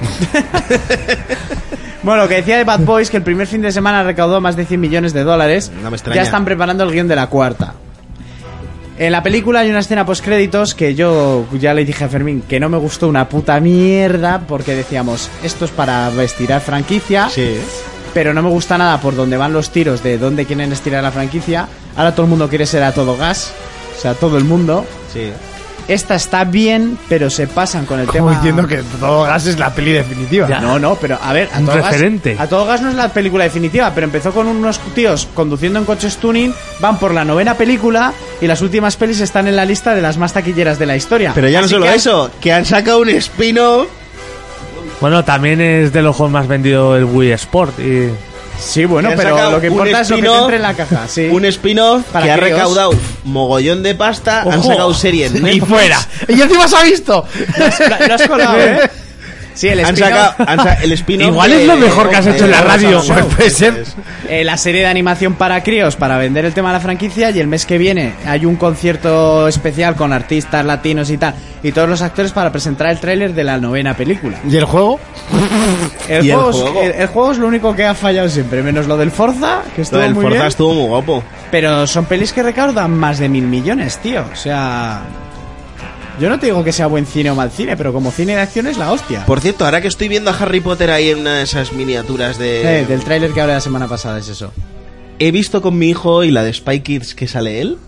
Bueno, lo que decía de Bad Boys, que el primer fin de semana recaudó más de cien millones de dólares. No me extraña. Ya están preparando el guión de la cuarta. En la película hay una escena postcréditos que yo ya le dije a Fermín que no me gustó una puta mierda porque decíamos, esto es para estirar franquicia, Sí. pero no me gusta nada por dónde van los tiros de dónde quieren estirar la franquicia. Ahora todo el mundo quiere ser a todo gas, o sea, todo el mundo. Sí. Esta está bien, pero se pasan con el Como tema... diciendo que Todo Gas es la peli definitiva. Ya. No, no, pero a ver, a Un todo, referente. gas, a todo gas no es la película definitiva, pero empezó con unos tíos conduciendo en coches tuning, van por la novena película y las últimas pelis están en la lista de las más taquilleras de la historia. Pero ya no Así solo que- eso, que han sacado un spin-off. Bueno, también es de los juegos más vendidos el Wii Sport y... Sí, bueno, que han pero sacado lo que un importa es lo que te spin-off, entre en la caja, sí. Un spin-off Para que ha críos. recaudado mogollón de pasta. Han Ojo. sacado serie en Y Netflix. fuera. Y encima se ha visto. Lo has colado, ¿eh? Sí, el Han spin-off- sacado han sa- el spin-off. Igual es de- lo mejor que has hecho en la de- radio. de- Pues puede ser. eh, la serie de animación para críos para vender el tema de la franquicia y el mes que viene hay un concierto especial con artistas latinos y tal y todos los actores para presentar el tráiler de la novena película. ¿Y el juego? El, ¿Y el juego, es- juego? el- el juego es lo único que ha fallado siempre, menos lo del Forza, que Lo estuvo del muy Forza bien. estuvo muy guapo. Pero son pelis que recaudan más de mil millones, tío. O sea, yo no te digo que sea buen cine o mal cine, pero como cine de acción es la hostia. Por cierto, ahora que estoy viendo a Harry Potter ahí en una de esas miniaturas de... Eh, del tráiler que hablé la semana pasada es eso. He visto con mi hijo y la de Spy Kids que sale él.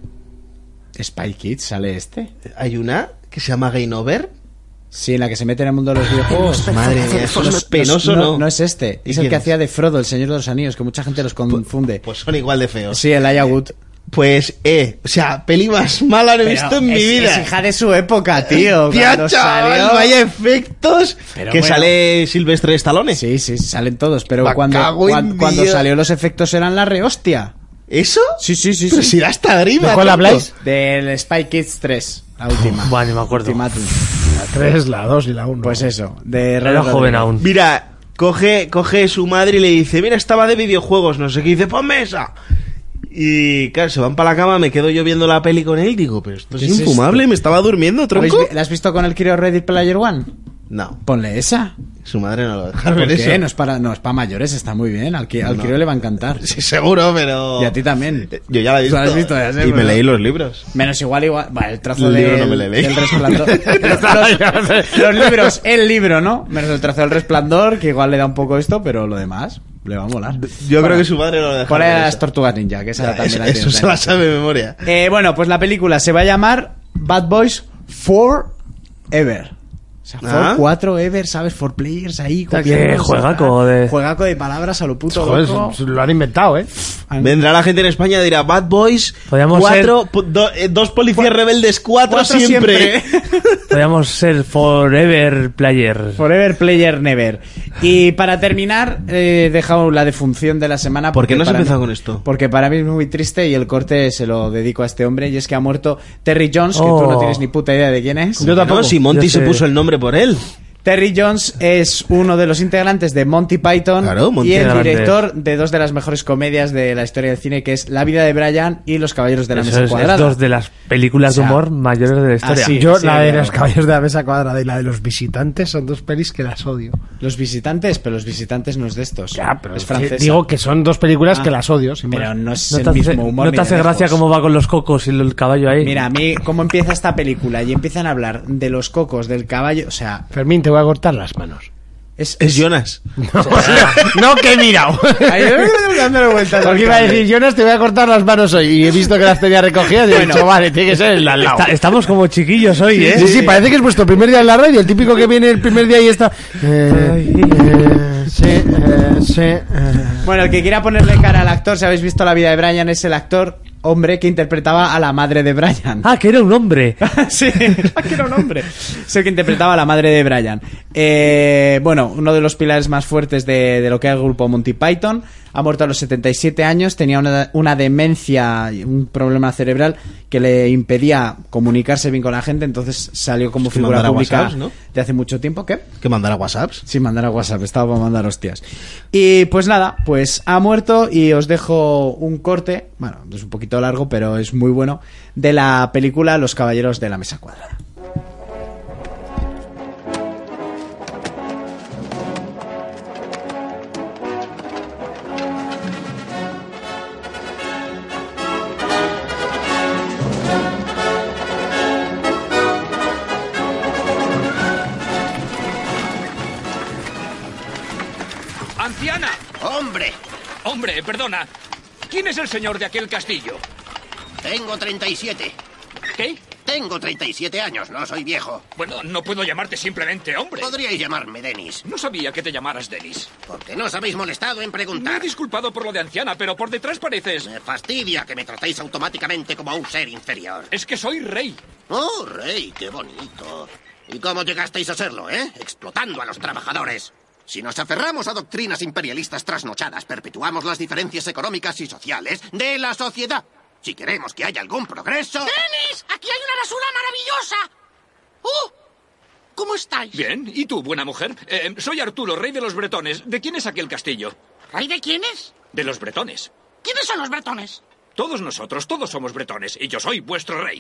Spy Kids sale este. Hay una que se llama Game Over. Sí, en la que se mete en el mundo de los videojuegos. Madre mía, eso es penoso, no, ¿no? no es este. ¿Y Es el quién que es? hacía de Frodo, el Señor de los Anillos, que mucha gente los confunde. Pues son igual de feos. Sí, el Aya Wood. Pues, eh, o sea, peli más mala no he Pero visto en es, mi vida. es hija de su época, tío. Tía, Cuando chaval, salió- vaya efectos. Pero que bueno. sale Silvestre Stallone. Sí, sí, salen todos. Pero Me cuando, cago en cuan- cuando Dios. salió los efectos eran la rehostia. ¿Eso? Sí, sí, sí. Pero sí. si da hasta arriba. ¿De cuál tronco. habláis? Del Spy Kids tres, la última. Buah, ni me acuerdo. Ultimatum. La tres, la dos y la uno. Pues eso, de Era Robert joven Rodríguez. aún. Mira, coge, coge su madre y le dice, mira, estaba de videojuegos, no sé qué, y dice, ponme esa. Y claro, se van para la cama, me quedo yo viendo la peli con él, digo, pero esto es ¿Qué es infumable, esto? me estaba durmiendo, ¿Habéis tronco. vi- ¿La has visto con el Creo Ready Player One? No, Ponle esa. su madre no lo deja ¿Por ver qué? eso. No es para, no, es para mayores, está muy bien. Al, qui- al No. crío le va a encantar. Sí, seguro, pero... Y a ti también. Yo ya la he Tú visto. la has visto, ya sé, y me pero- leí los libros. Menos igual, igual. Bueno, el trozo El libro del- no me lo leí. del resplandor. los, los libros, el libro, ¿no? Menos el trozo del resplandor, que igual le da un poco esto, pero lo demás le va a molar. Yo Bueno, creo que su madre no lo deja Por ahí ver las eso. tortugas ninja, que esa Ya, también eso la eso tienes se la ahí. sabe de memoria. Eh, bueno, pues la película se va a llamar Bad Boys Forever. O sea, Ah. For cuatro Ever, ¿sabes? For Players ahí. Qué copiando, juegaco de- Juegaco de palabras a lo puto Joder, loco. se- se lo han inventado, ¿eh? Vendrá la gente en España y dirá, Bad Boys, Podríamos cuatro, po- do- eh, dos policías rebeldes, cuatro, Cuatro siempre. Podríamos ser Forever Players. Forever Player Never. Y para terminar, eh, he dejado la defunción de la semana. ¿Por qué porque no has para empezado mí- con esto? Porque para mí es muy triste y el corte se lo dedico a este hombre. Y es que ha muerto Terry Jones, que Oh. tú no tienes ni puta idea de quién es. Yo tampoco. No, si Monty Yo se sé. puso el nombre por él. Terry Jones es uno de los integrantes de Monty Python Claro, Monty y el grande. director de dos de las mejores comedias de la historia del cine, que es La vida de Brian y Los caballeros de la Eso mesa es, cuadrada. es dos de las películas O sea, de humor mayores de la historia. así. Yo, sí, la de claro. los caballos de la mesa cuadrada y la de los visitantes son dos pelis que las odio. Los visitantes, pero Los visitantes no es de estos. Ya, pero es que francesa. Digo que son dos películas Ah, que las odio. sin pero más. no es ¿No el te hace, mismo humor. ¿no ni te hace de gracia lejos. cómo va con los cocos y el caballo ahí? Mira, a mí, cómo empieza esta película y empiezan a hablar de los cocos, del caballo, o sea, Fermín, te voy a cortar las manos. es... Es Jonas. No, que he mirado. Ay, yo me quedo dándole vueltas al Porque iba a cable. decir, Jonas, te voy a cortar las manos hoy. Y he visto que las tenía recogidas y he dicho, vale, tiene que ser el de al lado. Está- estamos como chiquillos hoy, ¿eh? Sí, sí, parece que es vuestro primer día en la radio. El típico que viene el primer día y está... Eh, eh, sí, eh, sí, eh. Bueno, el que quiera ponerle cara al actor, si habéis visto La vida de Brian, es el actor hombre que interpretaba a la madre de Brian. Ah, que era un hombre. Sí, que era un hombre. Es el que interpretaba a la madre de Brian. Eh, bueno, uno de los pilares más fuertes de, de lo que es el grupo Monty Python. Ha muerto a los setenta y siete años, tenía una, una demencia, un problema cerebral que le impedía comunicarse bien con la gente, entonces salió como que figura mandara pública WhatsApps, ¿no? de hace mucho tiempo. ¿Qué? Que mandara WhatsApps. Sí, mandar a WhatsApp, estaba para mandar hostias. Y pues nada, pues ha muerto y os dejo un corte, bueno, es un poquito largo, pero es muy bueno, de la película Los caballeros de la mesa cuadrada. ¡Anciana! ¡Hombre! Hombre, perdona. ¿Quién es el señor de aquel castillo? Tengo treinta y siete. ¿Qué? Tengo treinta y siete años, no soy viejo. Bueno, no puedo llamarte simplemente hombre. Podríais llamarme Dennis. No sabía que te llamaras Dennis. Porque no os habéis molestado en Me he preguntar. disculpado por lo de anciana, pero por detrás pareces... Me fastidia que me tratéis automáticamente como a un ser inferior. Es que soy rey. Oh, rey, qué bonito. ¿Y cómo llegasteis a serlo, eh? Explotando a los trabajadores. Si nos aferramos a doctrinas imperialistas trasnochadas, perpetuamos las diferencias económicas y sociales de la sociedad. Si queremos que haya algún progreso... ¡Dennis! ¡Aquí hay una basura maravillosa! ¡Oh! ¿Cómo estáis? Bien, ¿y tú, buena mujer? Eh, soy Arturo, rey de los bretones. ¿De quién es aquel castillo? ¿Rey de quiénes? De los bretones. ¿Quiénes son los bretones? Todos nosotros, todos somos bretones, y yo soy vuestro rey.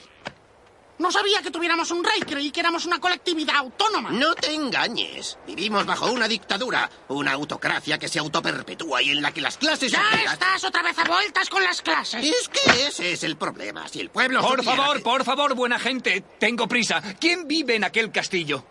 No sabía que tuviéramos un rey, creí que éramos una colectividad autónoma. No te engañes. Vivimos bajo una dictadura, una autocracia que se autoperpetúa y en la que las clases Ya obreras- estás otra vez a vueltas con las clases. Es que ese es el problema. Si el pueblo... Por supiera favor, que- por favor, buena gente, tengo prisa. ¿Quién vive en aquel castillo?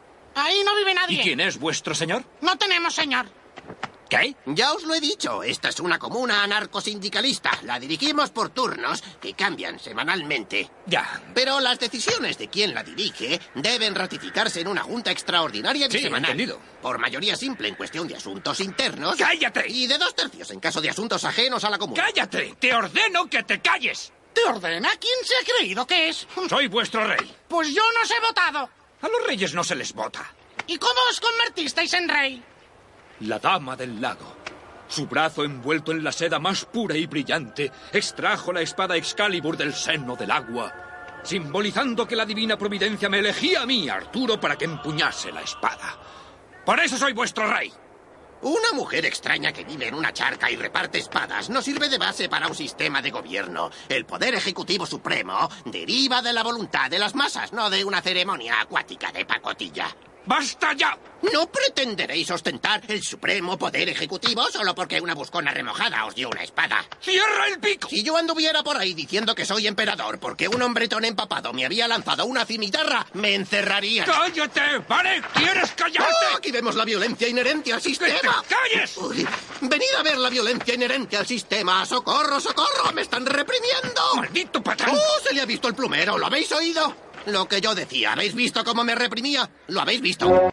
Ahí no vive ¿Y nadie. quién es vuestro señor? No tenemos señor. ¿Qué? Ya os lo he dicho, esta es una comuna anarcosindicalista. La dirigimos por turnos que cambian semanalmente. Ya. Pero las decisiones de quien la dirige deben ratificarse en una junta extraordinaria Sí, bisemanal. entendido. Por mayoría simple en cuestión de asuntos internos. ¡Cállate! Y de dos tercios en caso de asuntos ajenos a la comuna. ¡Cállate! ¡Te ordeno que te calles! ¿Te ordena? ¿Quién se ha creído que es? Soy vuestro rey. Pues yo no os he votado. A los reyes no se les vota. ¿Y cómo os convertisteis en rey? La dama del lago. Su brazo envuelto en la seda más pura y brillante extrajo la espada Excalibur del seno del agua, simbolizando que la divina providencia me elegía a mí, Arturo, para que empuñase la espada. Por eso soy vuestro rey. Una mujer extraña que vive en una charca y reparte espadas no sirve de base para un sistema de gobierno. El poder ejecutivo supremo deriva de la voluntad de las masas, no de una ceremonia acuática de pacotilla. ¡Basta ya! No pretenderéis ostentar el supremo poder ejecutivo solo porque una buscona remojada os dio una espada. ¡Cierra el pico! Si yo anduviera por ahí diciendo que soy emperador porque un hombretón empapado me había lanzado una cimitarra, me encerrarían. ¡Cállate! ¿Vale? ¿Quieres callarte? ¡Oh, aquí vemos la violencia inherente al sistema! ¡Que te calles! Uy, venid a ver la violencia inherente al sistema. ¡Socorro, socorro! ¡Me están reprimiendo! ¡Maldito patrón! ¡Oh, se le ha visto el plumero! ¿Lo habéis oído? Lo que yo decía, ¿habéis visto cómo me reprimía? ¿Lo habéis visto?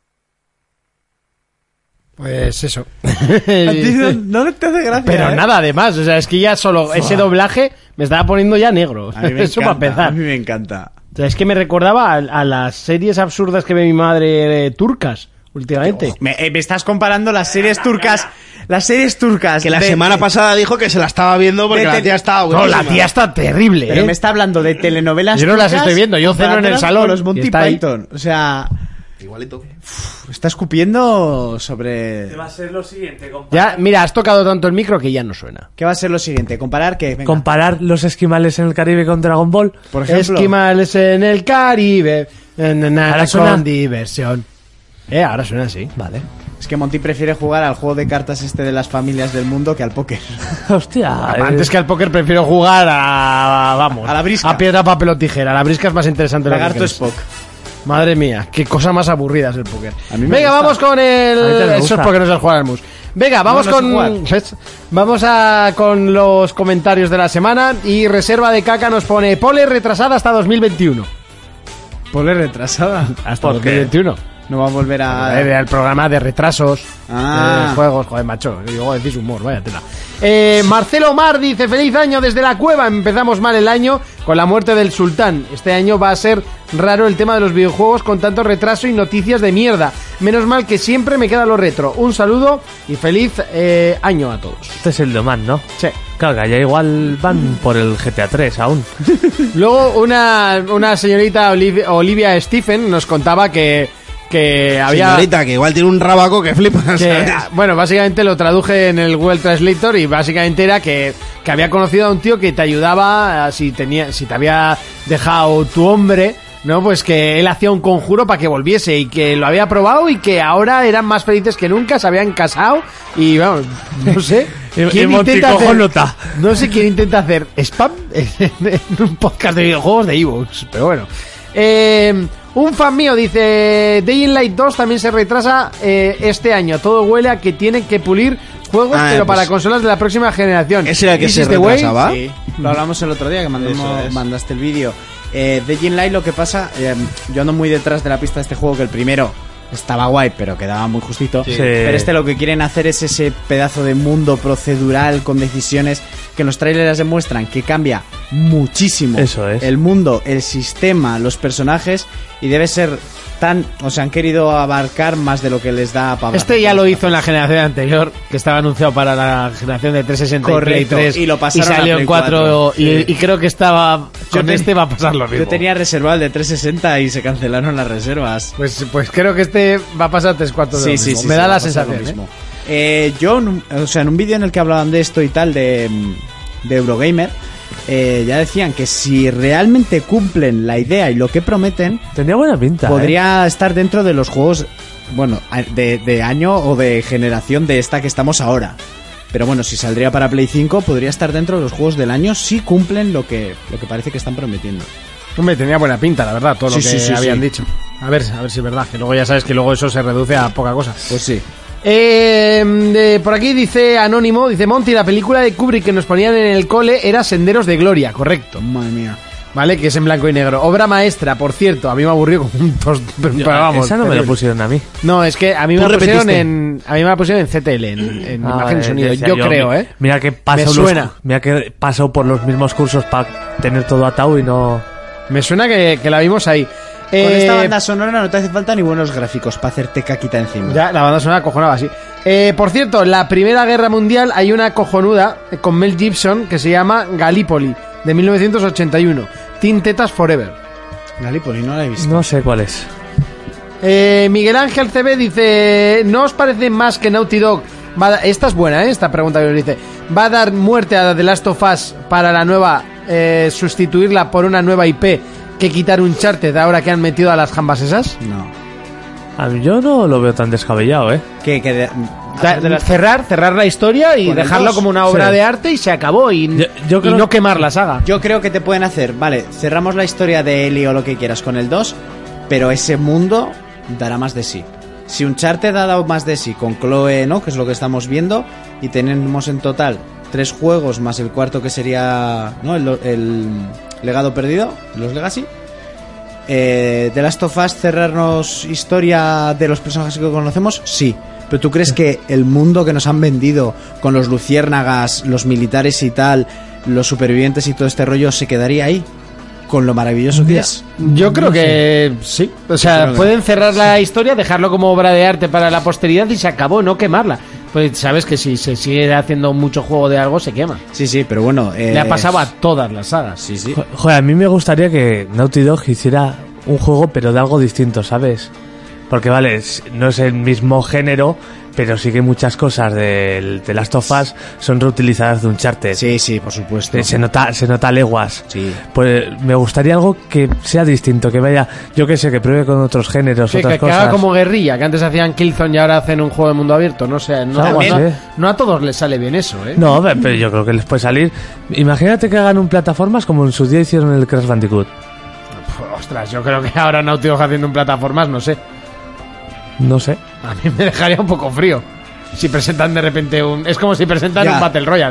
Pues eso. No te hace gracia. Pero ¿eh? nada, además, o sea, es que ya solo ese doblaje me estaba poniendo ya negro. A mí me Eso encanta, para empezar. a mí me encanta. O sea, es que me recordaba a, a las series absurdas que ve mi madre eh, turcas últimamente. Me, eh, me estás comparando las series turcas. Las series turcas. Que la de- semana pasada dijo que se la estaba viendo porque de- la tía estaba No, buenísima. la tía está terrible, Pero ¿eh? me está hablando de telenovelas. Yo no las turcas estoy viendo, yo ceno en el comparadas salón con los y Monty está ahí. Python. O sea, Igualito. está escupiendo sobre. ¿Qué va a ser lo siguiente? Comparar, Ya, mira, has tocado tanto el micro que ya no suena. ¿Qué va a ser lo siguiente? Comparar que. comparar los esquimales en el Caribe con Dragon Ball. Por ejemplo. Esquimales en el Caribe, na, na, na, Ahora con suena. diversión. Eh, ahora suena así. Vale. Es que Monty prefiere jugar al juego de cartas este de las familias del mundo que al póker. Hostia. eh, Antes que al póker prefiero jugar a, vamos, A la brisca. a piedra, papel o tijera. La brisca es más interesante. de lo que Lagarto crees. Spock. Madre mía, qué cosa más aburrida es el póker. A mí me Venga, gusta. vamos con A mí el... también me Eso gusta. es porque no se juega al mus. Venga, vamos No, no sé con... jugar. ¿ves? Vamos a con los comentarios de la semana. Y Reserva de Caca nos pone Pole retrasada hasta dos mil veintiuno. Pole retrasada. Hasta ¿Por dos qué? mil veintiuno. No va a volver a. Era el programa de retrasos Ah. de juegos, joder, macho. Y luego decís humor, vaya tela. Eh, Marcelo Mar dice: feliz año desde la cueva. Empezamos mal el año con la muerte del sultán. Este año va a ser raro el tema de los videojuegos con tanto retraso y noticias de mierda. Menos mal que siempre me queda lo retro. Un saludo y feliz eh, año a todos. Este es el Doman, ¿no? Sí. Claro, que allá igual van por el G T A tres aún. Luego una, una señorita Olivia, Olivia Stephen nos contaba que, que había... Señorita, que igual tiene un rabaco que flipas. Que, ¿sabes? bueno, básicamente lo traduje en el Google Translator y básicamente era que, que había conocido a un tío que te ayudaba si tenía si te había dejado tu hombre, ¿no? Pues que él hacía un conjuro para que volviese y que lo había probado y que ahora eran más felices que nunca, se habían casado y vamos, no sé. Y- y ¿Quién Monty intenta hacer, cojonota. no sé quién intenta hacer spam en, en un podcast de videojuegos de ebooks, pero bueno. Eh, un fan mío dice Dying Light dos también se retrasa eh, este año. Todo huele a que tienen que pulir juegos, Ah, pero pues- para consolas de la próxima generación. ¿Ese era el que This se is the way. retrasaba? Sí, lo hablamos el otro día que mandamos- Eso es. mandaste el vídeo. Eh, de Dying Light lo que pasa, eh, yo ando muy detrás de la pista de este juego, que el primero estaba guay, pero quedaba muy justito. Sí. Pero este lo que quieren hacer es ese pedazo de mundo procedural con decisiones que en los trailers demuestran que cambia muchísimo. Eso es. El mundo, el sistema, los personajes, y debe ser tan... O sea, han querido abarcar más de lo que les da para... Este ya lo hizo en la generación anterior, que estaba anunciado para la generación de trescientos sesenta Correcto, y Play tres y lo pasaron a salió en Play cuatro, cuatro, y, sí. y creo que estaba con ten- este va a pasar lo mismo. Yo tenía reservado el de trescientos sesenta y se cancelaron las reservas. Pues, pues creo que este va a pasar tres cuartos de Sí, lo sí, mismo. sí. Me sí, da va la a pasar lo sensación, ¿eh? mismo. Eh, yo, en un- o sea, en un vídeo en el que hablaban de esto y tal, de, de Eurogamer, eh, ya decían que si realmente cumplen la idea y lo que prometen, Tenía buena pinta. ¿eh? podría estar dentro de los juegos, bueno, a- de, de año o de generación de esta que estamos ahora. Pero bueno, si saldría para Play cinco, podría estar dentro de los juegos del año si cumplen lo que, lo que parece que están prometiendo. Hombre, tenía buena pinta, la verdad, todo Sí, lo que sí, sí, habían sí. dicho. A ver, a ver si es verdad, que luego ya sabes que luego eso se reduce a poca cosa. Pues sí. Eh, de- por aquí dice Anónimo, dice Monty, la película de Kubrick que nos ponían en el cole era Senderos de Gloria, correcto. Madre mía. Vale, que es en blanco y negro. Obra maestra, por cierto, a mí me aburrió como un tos, pero Yo- vamos, esa no me la terrible. pusieron a mí. No, es que a mí me ¿Tú la pusieron repetiste? en a mí me la pusieron en C T L, en, en Ah, imagen y eh, sonido. decía Yo, creo, mi- ¿eh? Mira que paso Me los- suena. mira que paso por los mismos cursos para tener todo atado y no. Me suena que, que la vimos ahí. Con Eh, esta banda sonora no te hace falta ni buenos gráficos para hacerte caquita encima. Ya, la banda sonora cojonaba así. Eh, por cierto, la Primera Guerra Mundial hay una cojonuda eh, con Mel Gibson que se llama Gallipoli, de mil novecientos ochenta y uno. Teen Tetas Forever. Gallipoli no la he visto. No sé cuál es. Eh, Miguel Ángel C B dice: ¿no os parece más que Naughty Dog va a da- esta es buena, ¿eh? Esta pregunta que nos dice: ¿va a dar muerte a The Last of Us para la nueva, eh, sustituirla por una nueva I P que quitar un Uncharted ahora que han metido a las jambas esas? No. A mí yo no lo veo tan descabellado, ¿eh? Que, que de- O sea, de las- cerrar, cerrar la historia y Con el dejarlo dos. como una obra Sí. de arte y se acabó y, Yo- yo y creo- no quemar la saga. Yo creo que te pueden hacer, vale, cerramos la historia de Ellie o lo que quieras con el dos, pero ese mundo dará más de sí. Si Uncharted ha dado más de sí con Chloe, ¿no? Que es lo que estamos viendo, y tenemos en total tres juegos más el cuarto que sería, ¿no? El, el legado perdido, los Legacy. Eh, ¿The Last of Us cerrarnos historia de los personajes que conocemos? Sí. ¿Pero tú crees que el mundo que nos han vendido con los luciérnagas, los militares y tal, los supervivientes y todo este rollo se quedaría ahí? Con lo maravilloso que es. Yo creo que sí. O sea, pueden cerrar la historia, dejarlo como obra de arte para la posteridad y se acabó, no quemarla. Pues sabes que si se sigue haciendo mucho juego de algo, se quema. Sí, sí, pero bueno... Eh... Le ha pasado a todas las sagas. Sí, sí. Joder, a mí me gustaría que Naughty Dog hiciera un juego, pero de algo distinto, ¿sabes? Porque, vale, no es el mismo género, pero sí que muchas cosas de The Last of Us son reutilizadas de Uncharted. Sí, sí, por supuesto. Se nota, se nota leguas. Sí. Pues me gustaría algo que sea distinto, que vaya, yo qué sé, que pruebe con otros géneros, sí, otras que, cosas. Que haga como Guerrilla, que antes hacían Killzone y ahora hacen un juego de mundo abierto. No sé, no, Algo no, así. no a todos les sale bien eso, ¿eh? No, pero yo creo que les puede salir. Imagínate que hagan un plataformas como en su día hicieron el Crash Bandicoot. Ostras, yo creo que ahora Naughty Dog haciendo un plataformas, no sé. No sé. A mí me dejaría un poco frío. Si presentan de repente un... Es como si presentan ya. un Battle Royale.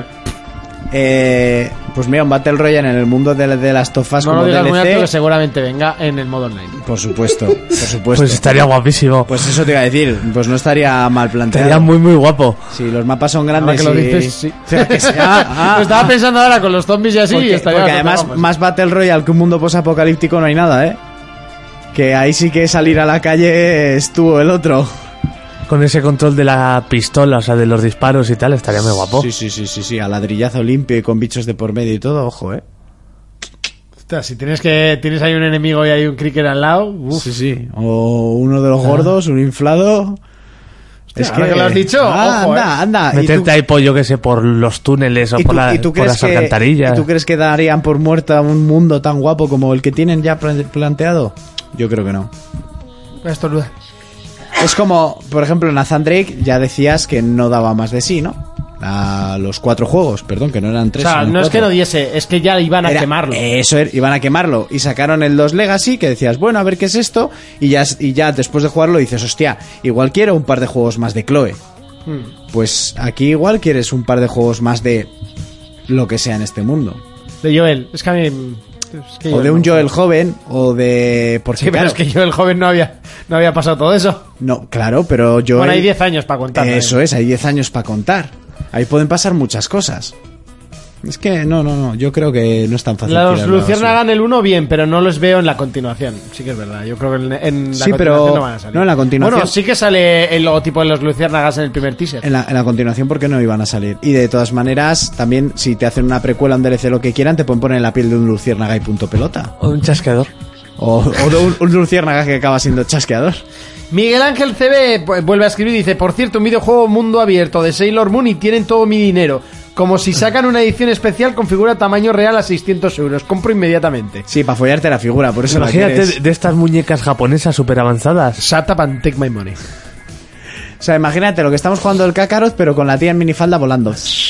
Eh, pues mira, un Battle Royale en el mundo de, de Last of Us no como lo digas D L C. muy alto, que seguramente venga en el modo online. Por supuesto, por supuesto. Pues estaría guapísimo. Pues eso te iba a decir. Pues no estaría mal planteado. Estaría muy, muy guapo. Sí, los mapas son grandes. Ahora que y... lo dices, sí. que sea, ah, lo estaba pensando ahora con los zombies y así. Porque, y estaría porque además, vamos. más Battle Royale que un mundo posapocalíptico no hay nada, ¿eh? Que ahí sí que salir a la calle estuvo el otro. Con ese control de la pistola, o sea, de los disparos y tal, estaría muy guapo. Sí, sí, sí, sí, sí, a ladrillazo limpio y con bichos de por medio y todo, ojo, ¿eh? Ostras, si tienes que tienes ahí un enemigo y hay un cricket al lado, uf. Sí, sí. O uno de los ah. gordos, un inflado. Hostia, es que, que lo has dicho, ah, ojo, anda, eh. anda. Meterte ahí, pues yo que sé, por los túneles o tú, por, la, por las que, alcantarillas. ¿Y tú crees que darían por muerta un mundo tan guapo como el que tienen ya planteado? Yo creo que no. Esto no. Es como, por ejemplo, Nathan Drake ya decías que no daba más de sí, ¿no? A los cuatro juegos, perdón, que no eran tres. O sea, no cuatro. Es que no diese, es que ya iban a Era, quemarlo. Eso era, iban a quemarlo. Y sacaron el dos Legacy, que decías, bueno, a ver qué es esto. Y ya, y ya después de jugarlo dices, hostia, igual quiero un par de juegos más de Chloe. Hmm. Pues aquí igual quieres un par de juegos más de lo que sea en este mundo. De Joel, es que a mí... Es que o de un no, Joel joven, o de... Porque, sí, claro, pero es que Joel joven no había, no había pasado todo eso. No, claro, pero Joel... Bueno, hay diez años para contar. Eso ¿eh? es, hay diez años para contar. Ahí pueden pasar muchas cosas. Es que no, no, no, yo creo que no es tan fácil. Los Luciérnagas el uno bien, pero no los veo en la continuación. Sí que es verdad, yo creo que en, en la sí, continuación pero no van a salir. No, en la continuación. Bueno, sí que sale el logotipo de los Luciérnagas en el primer teaser. En la, en la continuación, ¿por qué no iban a salir? Y de todas maneras, también si te hacen una precuela, un D L C, lo que quieran, te pueden poner en la piel de un Luciérnaga y punto pelota. O un chasqueador. O, o de un, un Luciérnaga que acaba siendo chasqueador. Miguel Ángel C B vuelve a escribir y dice: por cierto, un videojuego mundo abierto de Sailor Moon y tienen todo mi dinero. Como si sacan una edición especial con figura tamaño real a seiscientos euros. Compro inmediatamente. Sí, para follarte la figura, por eso imagínate la de estas muñecas japonesas súper avanzadas. Shut up and take my money. O sea, imagínate lo que estamos jugando el Kakarot, pero con la tía en minifalda volando.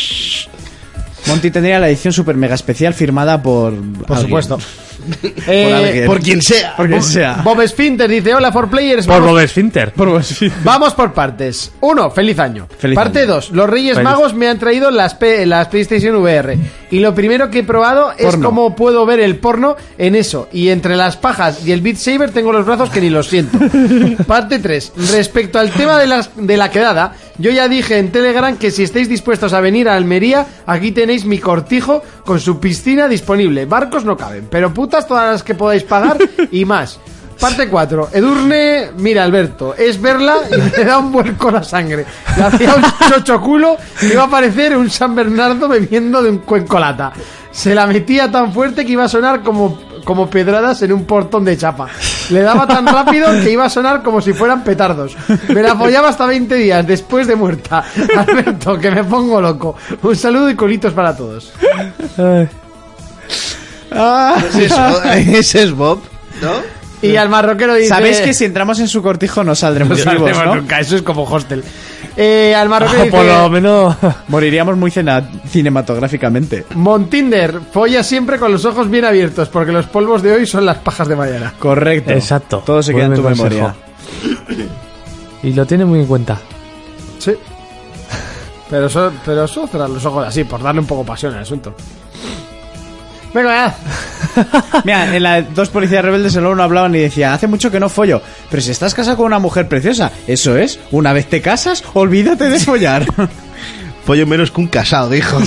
Monty tendría la edición super mega especial firmada por... Por alguien. Supuesto. eh, por, por quien sea. Por quien sea. Bob Esfinter dice: hola, for players. Por Bob Esfinter. Vamos por partes. Uno, feliz año. Feliz Parte año. dos, los Reyes feliz. Magos me han traído las, P las PlayStation V R. Y lo primero que he probado porno. es cómo puedo ver el porno en eso. Y entre las pajas y el Beat Saber tengo los brazos que ni los siento. Parte tres, respecto al tema de, las, de la quedada, yo ya dije en Telegram que si estáis dispuestos a venir a Almería, aquí tenéis mi cortijo con su piscina disponible. Barcos no caben, pero putas todas las que podáis pagar y más. Parte cuatro. Edurne, mira Alberto, es verla y me da un vuelco la sangre. Le hacía un chocho culo que iba a parecer un San Bernardo bebiendo de un cuencolata. Se la metía tan fuerte que iba a sonar como, como pedradas en un portón de chapa. Le daba tan rápido que iba a sonar como si fueran petardos. Me la follaba hasta veinte días después de muerta. Alberto, que me pongo loco. Un saludo y colitos para todos. Ah, ¿Es eso? Ese es Bob, ¿no? Y al marroquero dice... Sabéis que si entramos en su cortijo no saldremos no vivos, ¿no? Nunca, eso es como hostel. Eh, al marroquero dice... Por lo menos... Moriríamos muy cinematográficamente. Montinder, folla siempre con los ojos bien abiertos, porque los polvos de hoy son las pajas de mañana. Correcto. Exacto. Todo se queda en tu consejo. memoria. Y lo tiene muy en cuenta. Sí. Pero eso, pero eso cerrar los ojos así, por darle un poco pasión al asunto. Venga, ya. Mira, en la dos policías rebeldes el uno hablaban y decía, hace mucho que no follo, pero si estás casado con una mujer preciosa, eso es, una vez te casas, olvídate de follar. Follo menos que un casado, dijo.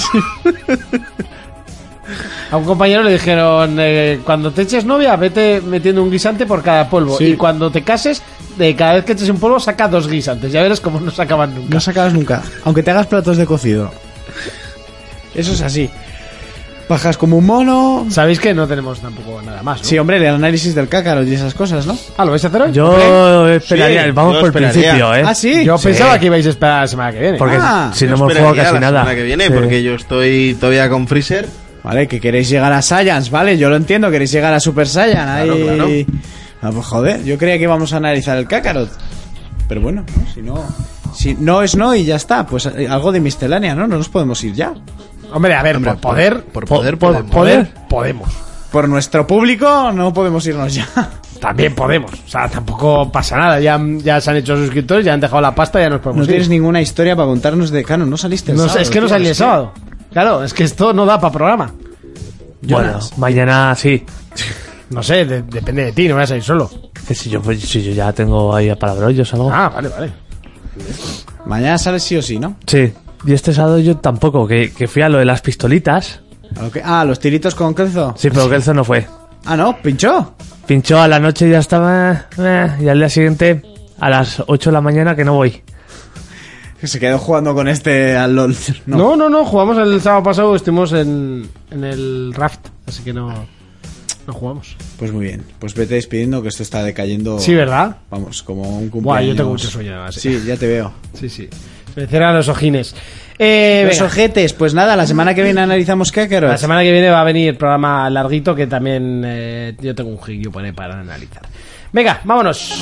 A un compañero le dijeron, eh, cuando te eches novia, vete metiendo un guisante por cada polvo. Sí. Y cuando te cases, de cada vez que eches un polvo, saca dos guisantes. Ya verás cómo no se acaban nunca. No sacabas nunca, aunque te hagas platos de cocido. Eso es así. Bajas como un mono. Sabéis que no tenemos tampoco nada más, ¿no? Sí, hombre, el análisis del cácaro y esas cosas, ¿no? Ah, ¿lo vais a hacer hoy? Yo esperaría, Sí, vamos yo por el esperaría. principio, ¿eh? Ah, sí. Yo Sí. pensaba que ibais a esperar la semana que viene. Porque Ah, si no Yo hemos jugado esperaría casi la nada. semana que viene, Sí. porque yo estoy todavía con Freezer. Vale, que queréis llegar a Saiyans, vale, yo lo entiendo, queréis llegar a Super Saiyan. Claro, ahí... claro. Ah, pues joder, yo creía que íbamos a analizar el Kakarot. Pero bueno, ¿no? si no... Si no es no y ya está, pues eh, algo de miscelánea, ¿no? No nos podemos ir ya. Hombre, a ver, Hombre, por poder, por po- poder por podemos. poder, podemos. Por nuestro público no podemos irnos ya. También podemos. O sea, tampoco pasa nada. Ya, ya se han hecho suscriptores, ya han dejado la pasta, ya nos podemos No ir. tienes ninguna historia para contarnos de Cano, no saliste el No sé, sábado, es que no tío, salí el es que- sábado. Claro, es que esto no da para programa. Bueno, Jonas. mañana sí. No sé, de- depende de ti, no voy a salir solo. Que si yo, pues, si yo ya tengo ahí a palabrollos o algo. Ah, vale, vale. Mañana sales sí o sí, ¿no? Sí. Y este sábado yo tampoco, que, que fui a lo de las pistolitas. ¿A lo que- Ah, los tiritos con Kelzo. Sí, pero Kelzo no fue. Ah, no, pinchó. Pinchó a la noche y ya estaba... eh, y al día siguiente, a las ocho de la mañana, que no voy. Que se quedó jugando con este al LOL. No. No, no, no, jugamos el sábado pasado, estuvimos en, en el raft, así que no, no jugamos. Pues muy bien, pues vete despidiendo que esto está decayendo. Sí, ¿verdad? Vamos, como un cumpleaños. Buah, yo tengo mucho sueño, además, eh. Sí, ya te veo. Sí, sí. Se me cierran los ojines. Eh, Los venga. ojetes, pues nada, la semana que viene analizamos Kakarot. La semana que viene va a venir programa larguito que también eh, yo tengo un gillo por ahí para analizar. Venga, vámonos.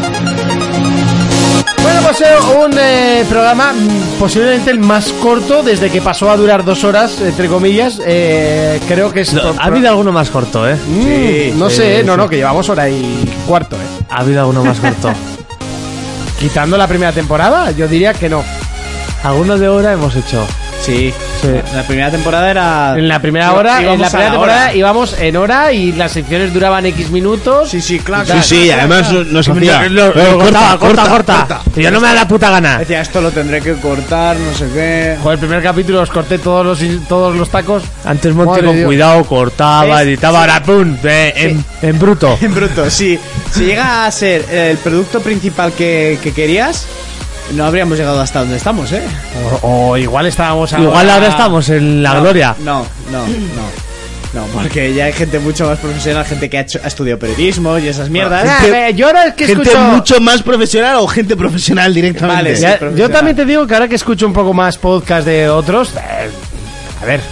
Bueno, pues eh, un eh, programa mm, posiblemente el más corto desde que pasó a durar dos horas, entre comillas. Eh, creo que es... No, por- ha habido alguno más corto, ¿eh? Mm, Sí, no sí, sé, eh, no, sí. no, que llevamos hora y cuarto, ¿eh? Ha habido alguno más corto. Quitando la primera temporada, yo diría que no. Algunos de hora hemos hecho. Sí, Sí. la primera temporada era... En la primera Iba- hora, en íbamos la a primera la temporada hora. íbamos en hora y las secciones duraban X minutos. Sí, sí, claro. Sí, sí, además nos hacía... Lo- lo- Eh, corta, corta, corta. Y yo no me da la puta gana. Decía, esto lo tendré que cortar, no sé qué... Joder, el primer capítulo os corté todos los todos los tacos. Antes Monty Madre con Dios. cuidado cortaba, ¿Ves? editaba, ahora pum, eh, en, en bruto. En bruto, sí. Si llega a ser el producto principal que, que querías, no habríamos llegado hasta donde estamos, ¿eh? O, o igual estábamos ahora... Igual ahora estamos en la No, gloria. No, no, no. No, porque ya hay gente mucho más profesional, gente que ha, hecho, ha estudiado periodismo y esas mierdas. Ah, ve, yo ahora es que ¿Gente escucho... mucho más profesional o gente profesional directamente? Vale, sí. Ya- yo profesional. también te digo que ahora que escucho un poco más podcast de otros... eh, a ver...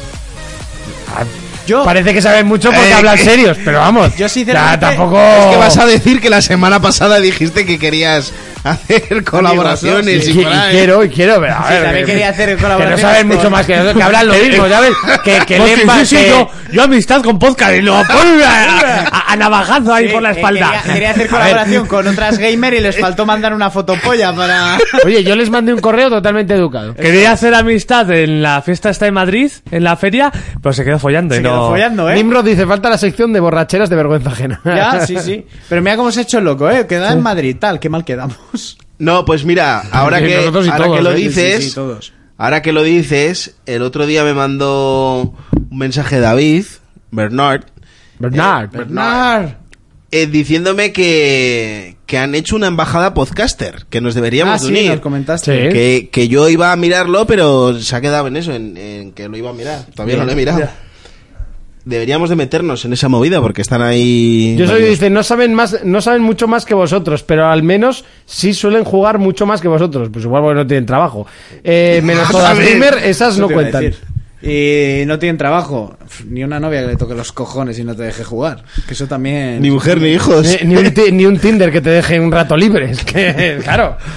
a- Yo, Parece que saben mucho porque Eh, hablan que- serios, pero vamos. Yo sinceramente- ya, tampoco... Es que vas a decir que la semana pasada dijiste que querías hacer colaboraciones Y, y, y por ahí. quiero, y quiero, pero a Sí, ver, también que- quería hacer que no colaboraciones saben con- mucho más que nosotros, que hablan lo mismo, ¿sabes? Que, que Porque leen pa- sí, sí, que- yo, yo amistad con podcast y lo pongo a, a- a navajazo ahí Sí, por la eh, espalda. Quería, quería hacer colaboración con otras gamer y les faltó mandar una fotopolla para... Oye, yo les mandé un correo totalmente educado. Quería hacer amistad en la fiesta esta de Madrid, en la feria, pero se quedó follando y Se no... quedó follando, ¿eh? Nimrod dice, falta la sección de borracheras de vergüenza ajena. Ya, sí, sí. Pero mira cómo se ha hecho el loco, ¿eh? Queda en Madrid, tal, qué mal quedamos. No, pues mira, ahora Sí, que, nosotros y ahora todos, que lo ¿eh? Sí, dices, Sí, sí, todos. ahora que lo dices, el otro día me mandó un mensaje David, Bernard, Bernard. Bernard. eh, diciéndome que, que han hecho una embajada podcaster, que nos deberíamos Ah, de sí, unir. nos comentaste. Sí. Que, que yo iba a mirarlo, pero se ha quedado en eso, en, en que lo iba a mirar. Todavía no lo he mirado. Deberíamos de meternos en esa movida porque están ahí... Yo soy, varios- dice, no saben más, no saben mucho más que vosotros, pero al menos sí suelen jugar mucho más que vosotros. Pues igual porque no tienen trabajo. Eh, menos todas ¿Sabes? gamer, esas Eso no te iba a cuentan. decir. Y no tienen trabajo. Pff, Ni una novia que le toque los cojones y no te deje jugar. Que eso también... Ni mujer ni hijos. Ni, ni un, ti- ni un Tinder que te deje un rato libre. Es que, claro.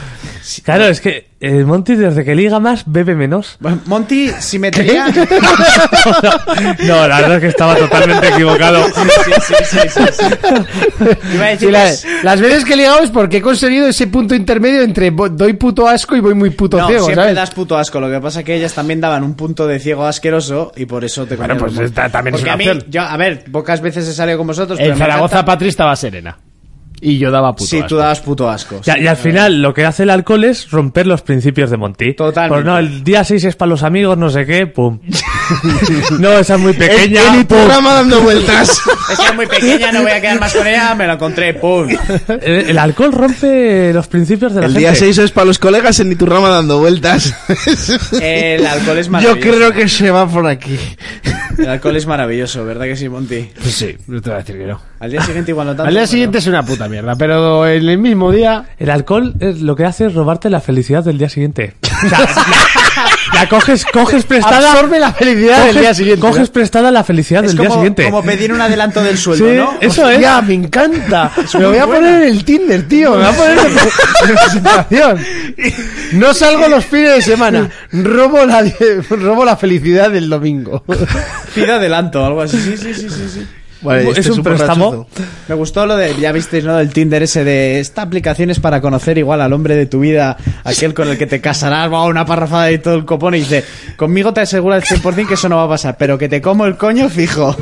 Claro, es que eh, Monty desde que liga más bebe menos. Monty, si metería... No, la verdad es que estaba totalmente equivocado. Sí, sí, sí, sí, sí. Iba a decir Sí, que la- es- las veces que he ligado es porque he conseguido ese punto intermedio entre bo- doy puto asco y voy muy puto No, ciego, siempre ¿sabes? das puto asco. Lo que pasa es que ellas también daban un punto de ciego asqueroso y por eso te Bueno, comían pues los esta mocos. también es Porque una a mí, opción. yo, a ver, pocas veces he salido con vosotros, pero En me Zaragoza encanta- Patri estaba serena. Y yo daba puto Sí, asco. tú dabas puto asco. Ya, y al final lo que hace el alcohol es romper los principios de Monty. Totalmente. Pues no, el día seis es para los amigos, no sé qué, pum. No, esa es muy pequeña. El, el pum. programa dando vueltas. Es que es muy pequeña, no voy a quedar más con ella, me lo encontré, pum. El, el alcohol rompe los principios de la El gente. día seis es para los colegas en Iturrama dando vueltas. El alcohol es Yo maravilloso. creo que se va por aquí. El alcohol es maravilloso, ¿verdad que sí, Monty? Pues sí, no te voy a decir que no. Al día siguiente igual no tanto. Al día pero- siguiente es una puta mierda, pero en el mismo día... El alcohol es, lo que hace es robarte la felicidad del día siguiente. O sea, la, la coges, coges prestada. Absorbe la felicidad coges, del día siguiente. Coges ¿no? prestada la felicidad Es del como, día siguiente. como pedir un adelanto del sueldo, Sí, ¿no? eso es. Ya, me encanta. Me lo voy a poner en el Tinder, tío. Me voy a poner en la presentación. No salgo los fines de semana. Robo la, robo la felicidad del domingo. Pido adelanto o algo así. Sí, sí, sí, sí, sí. Vale, Es este un préstamo. Me gustó lo de, ya visteis, ¿no? Del Tinder ese de, esta aplicación es para conocer igual al hombre de tu vida, aquel con el que te casarás, va una parrafada y todo el copón y dice, conmigo te asegura el cien por ciento que eso no va a pasar, pero que te como el coño fijo.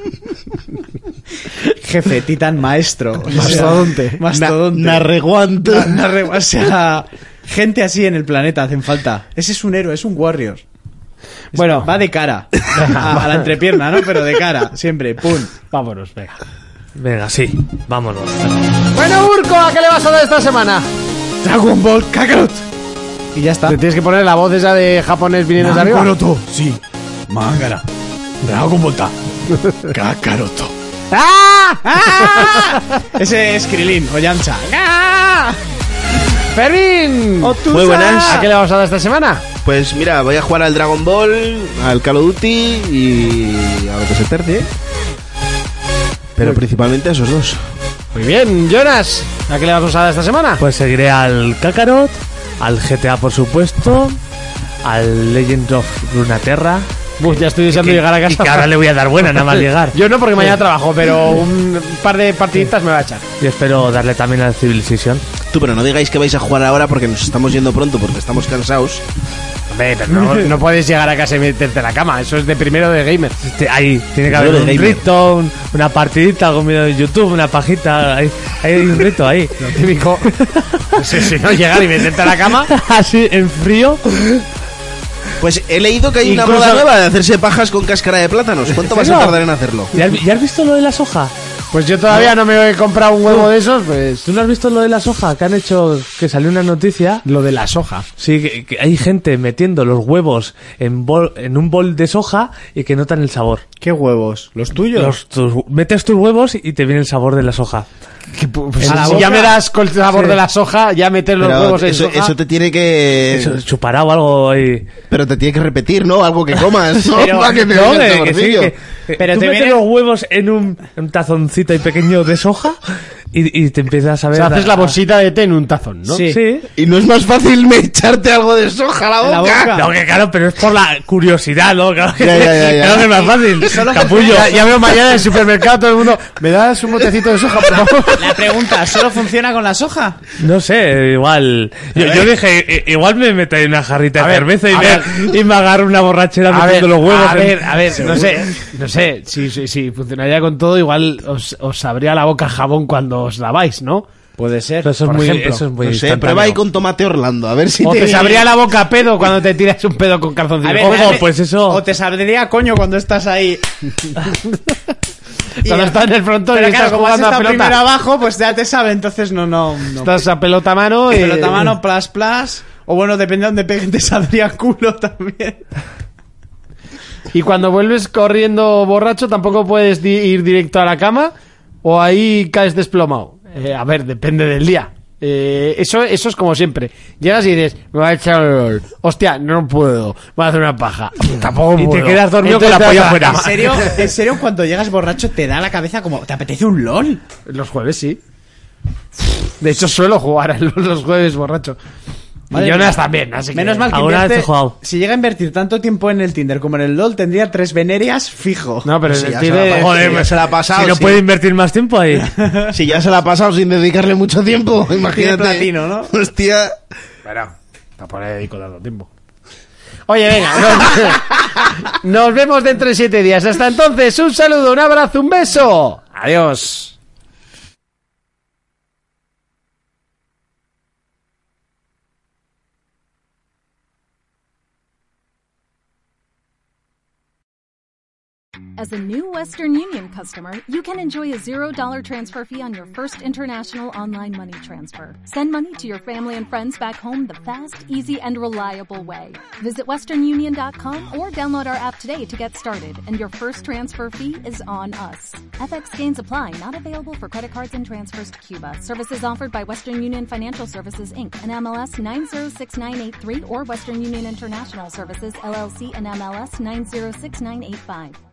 Jefe, titán maestro. O sea, Mastodonte. Mastodonte. Na- narreguante. Na- narre- o sea, gente así en el planeta hacen falta. Ese es un héroe, es un warrior. Es- Bueno. va de cara a, a la entrepierna, ¿no? Pero de cara, siempre, pum. Vámonos, venga. Venga, sí, vámonos. Bueno, Urco, ¿a qué le vas a dar esta semana? Dragon Ball Kakarot. Y ya está. Te tienes que poner la voz esa de japonés viniendo de arriba. Kakaroto, sí. Mangara. Dragon Ball Ta. Kakaroto. ¡Ah! ¡Ah! Ese es Krilin o Yamcha. ¡Ah! Fermín, Muy buenas. ¿a qué le vas a dar esta semana? Pues mira, voy a jugar al Dragon Ball, al Call of Duty y a lo que se tercie. Pero principalmente a esos dos. Muy bien, Jonas, ¿a qué le vas a dar esta semana? Pues seguiré al Kakarot, al G T A por supuesto, al Legend of Runeterra. Uf, ya estoy deseando que- llegar a casa. y que ahora le voy a dar buena, nada más llegar. Yo no, porque mañana trabajo, pero un par de partiditas me va a echar. Y espero darle también al Civilization. Tú, pero no digáis que vais a jugar ahora porque nos estamos yendo pronto, porque estamos cansados. Hombre, pero no, no puedes llegar a casa y meterte en la cama. Eso es de primero de gamer. Este, ahí, tiene que haber Primero un de gamer. rito, un- una partidita, algún video de YouTube, una pajita. Hay, hay un rito ahí. Lo típico. Sí, sí, no llegar y meterte a la cama. Así, en frío. Pues he leído que hay una Incluso- moda nueva de hacerse pajas con cáscara de plátanos. ¿Cuánto vas a serio? tardar en hacerlo? ¿Ya has, ya has visto lo de la soja? Pues yo todavía no me he comprado un huevo de esos, pues. ¿Tú no has visto lo de la soja? Que han hecho, que salió una noticia. Lo de la soja. Sí, que, que hay gente metiendo los huevos en, bol, en un bol de soja y que notan el sabor. ¿Qué huevos? ¿Los tuyos? Los, tus- metes tus huevos y te viene el sabor de la soja. Que, pues, A la si ya boca. me das con el sabor Sí. de la soja, ya meter los Pero huevos en eso, soja. eso te tiene que... Eso, chupará o algo ahí. Pero te tiene que repetir, ¿no? Algo que comas, ¿no? Pero- Para que te No, venga el que, que sí, saborcillo. que- que Pero tú te metes viene- los huevos en un, en un tazoncito ahí pequeño de soja y, y te empiezas a O ver... sea, haces a- la bolsita de té en un tazón, ¿no? Sí. Sí. Y no es más fácil me echarte algo de soja a la En boca. la boca. No, que claro, pero es por la curiosidad, ¿no? Claro que, Ya, ya, ya, ya. claro que es más fácil. Capullo. Ya, ya veo mañana en el supermercado todo el mundo. ¿Me das un botecito de soja, por favor? La pregunta, ¿solo funciona con la soja? No sé, igual. Yo, yo dije, i- igual me meto ahí una jarrita A de ver, cerveza y a me, y me agarro una borrachera A ver, metiendo los huevos. a en- ver, a ver, no sé, no sé, si, si, si funcionaría con todo, igual os, os abría la boca jabón cuando os laváis, ¿no? Puede ser. Pero eso es por muy, ejemplo. eso es muy No sé, instantáneo. prueba ahí con tomate Orlando, a ver si O te... te sabría la boca a pedo cuando te tiras un pedo con calzoncillos. A ver, Ojo, dame- pues eso- O te saldría coño cuando estás ahí. Y- Cuando estás en el frontón y Pero estás claro, como has jugando a estado pelota. primero abajo, pues ya te sabe, entonces no, no, no. Estás a pelota a mano y... Pelota a mano, plas, plas. O bueno, depende de dónde peguen, te saldría culo también. Y cuando vuelves corriendo borracho, tampoco puedes di- ir directo a la cama o ahí caes desplomado. Eh, a ver, depende del día. Eh, eso, eso es como siempre. Llegas y dices, me va a echar el... Hostia, no puedo. Voy a hacer una paja. Tampoco Y te puedo. quedas dormido con Entonces la te polla vas a fuera. cama. ¿En serio? ¿En serio cuando llegas borracho te da la cabeza como... ¿Te apetece un LOL? Los jueves sí. De hecho, suelo jugar a los los jueves borracho. Y Jonas también, así que... Menos mal que ¿Alguna vez invierte, he jugado? si llega a invertir tanto tiempo en el Tinder como en el LoL, tendría tres venerias fijo. No, pero Si en ya el se la Tinder... ha- Joder, si ya se la ha pasado. Si no sí. puede invertir más tiempo ahí. Si ya se la ha pasado sin dedicarle mucho tiempo, imagínate. platino, ¿no? Hostia. Bueno, tampoco le dedico tanto tiempo. Oye, venga, nos, nos vemos dentro de siete días. Hasta entonces, un saludo, un abrazo, un beso. Adiós. As a new Western Union customer, you can enjoy a zero dollar transfer fee on your first international online money transfer. Send money to your family and friends back home the fast, easy, and reliable way. Visit western union dot com or download our app today to get started, and your first transfer fee is on us. F X gains apply, not available for credit cards and transfers to Cuba. Services offered by Western Union Financial Services, Incorporated, and M L S nine zero six nine eight three or Western Union International Services, L L C, and M L S nine zero six nine eight five.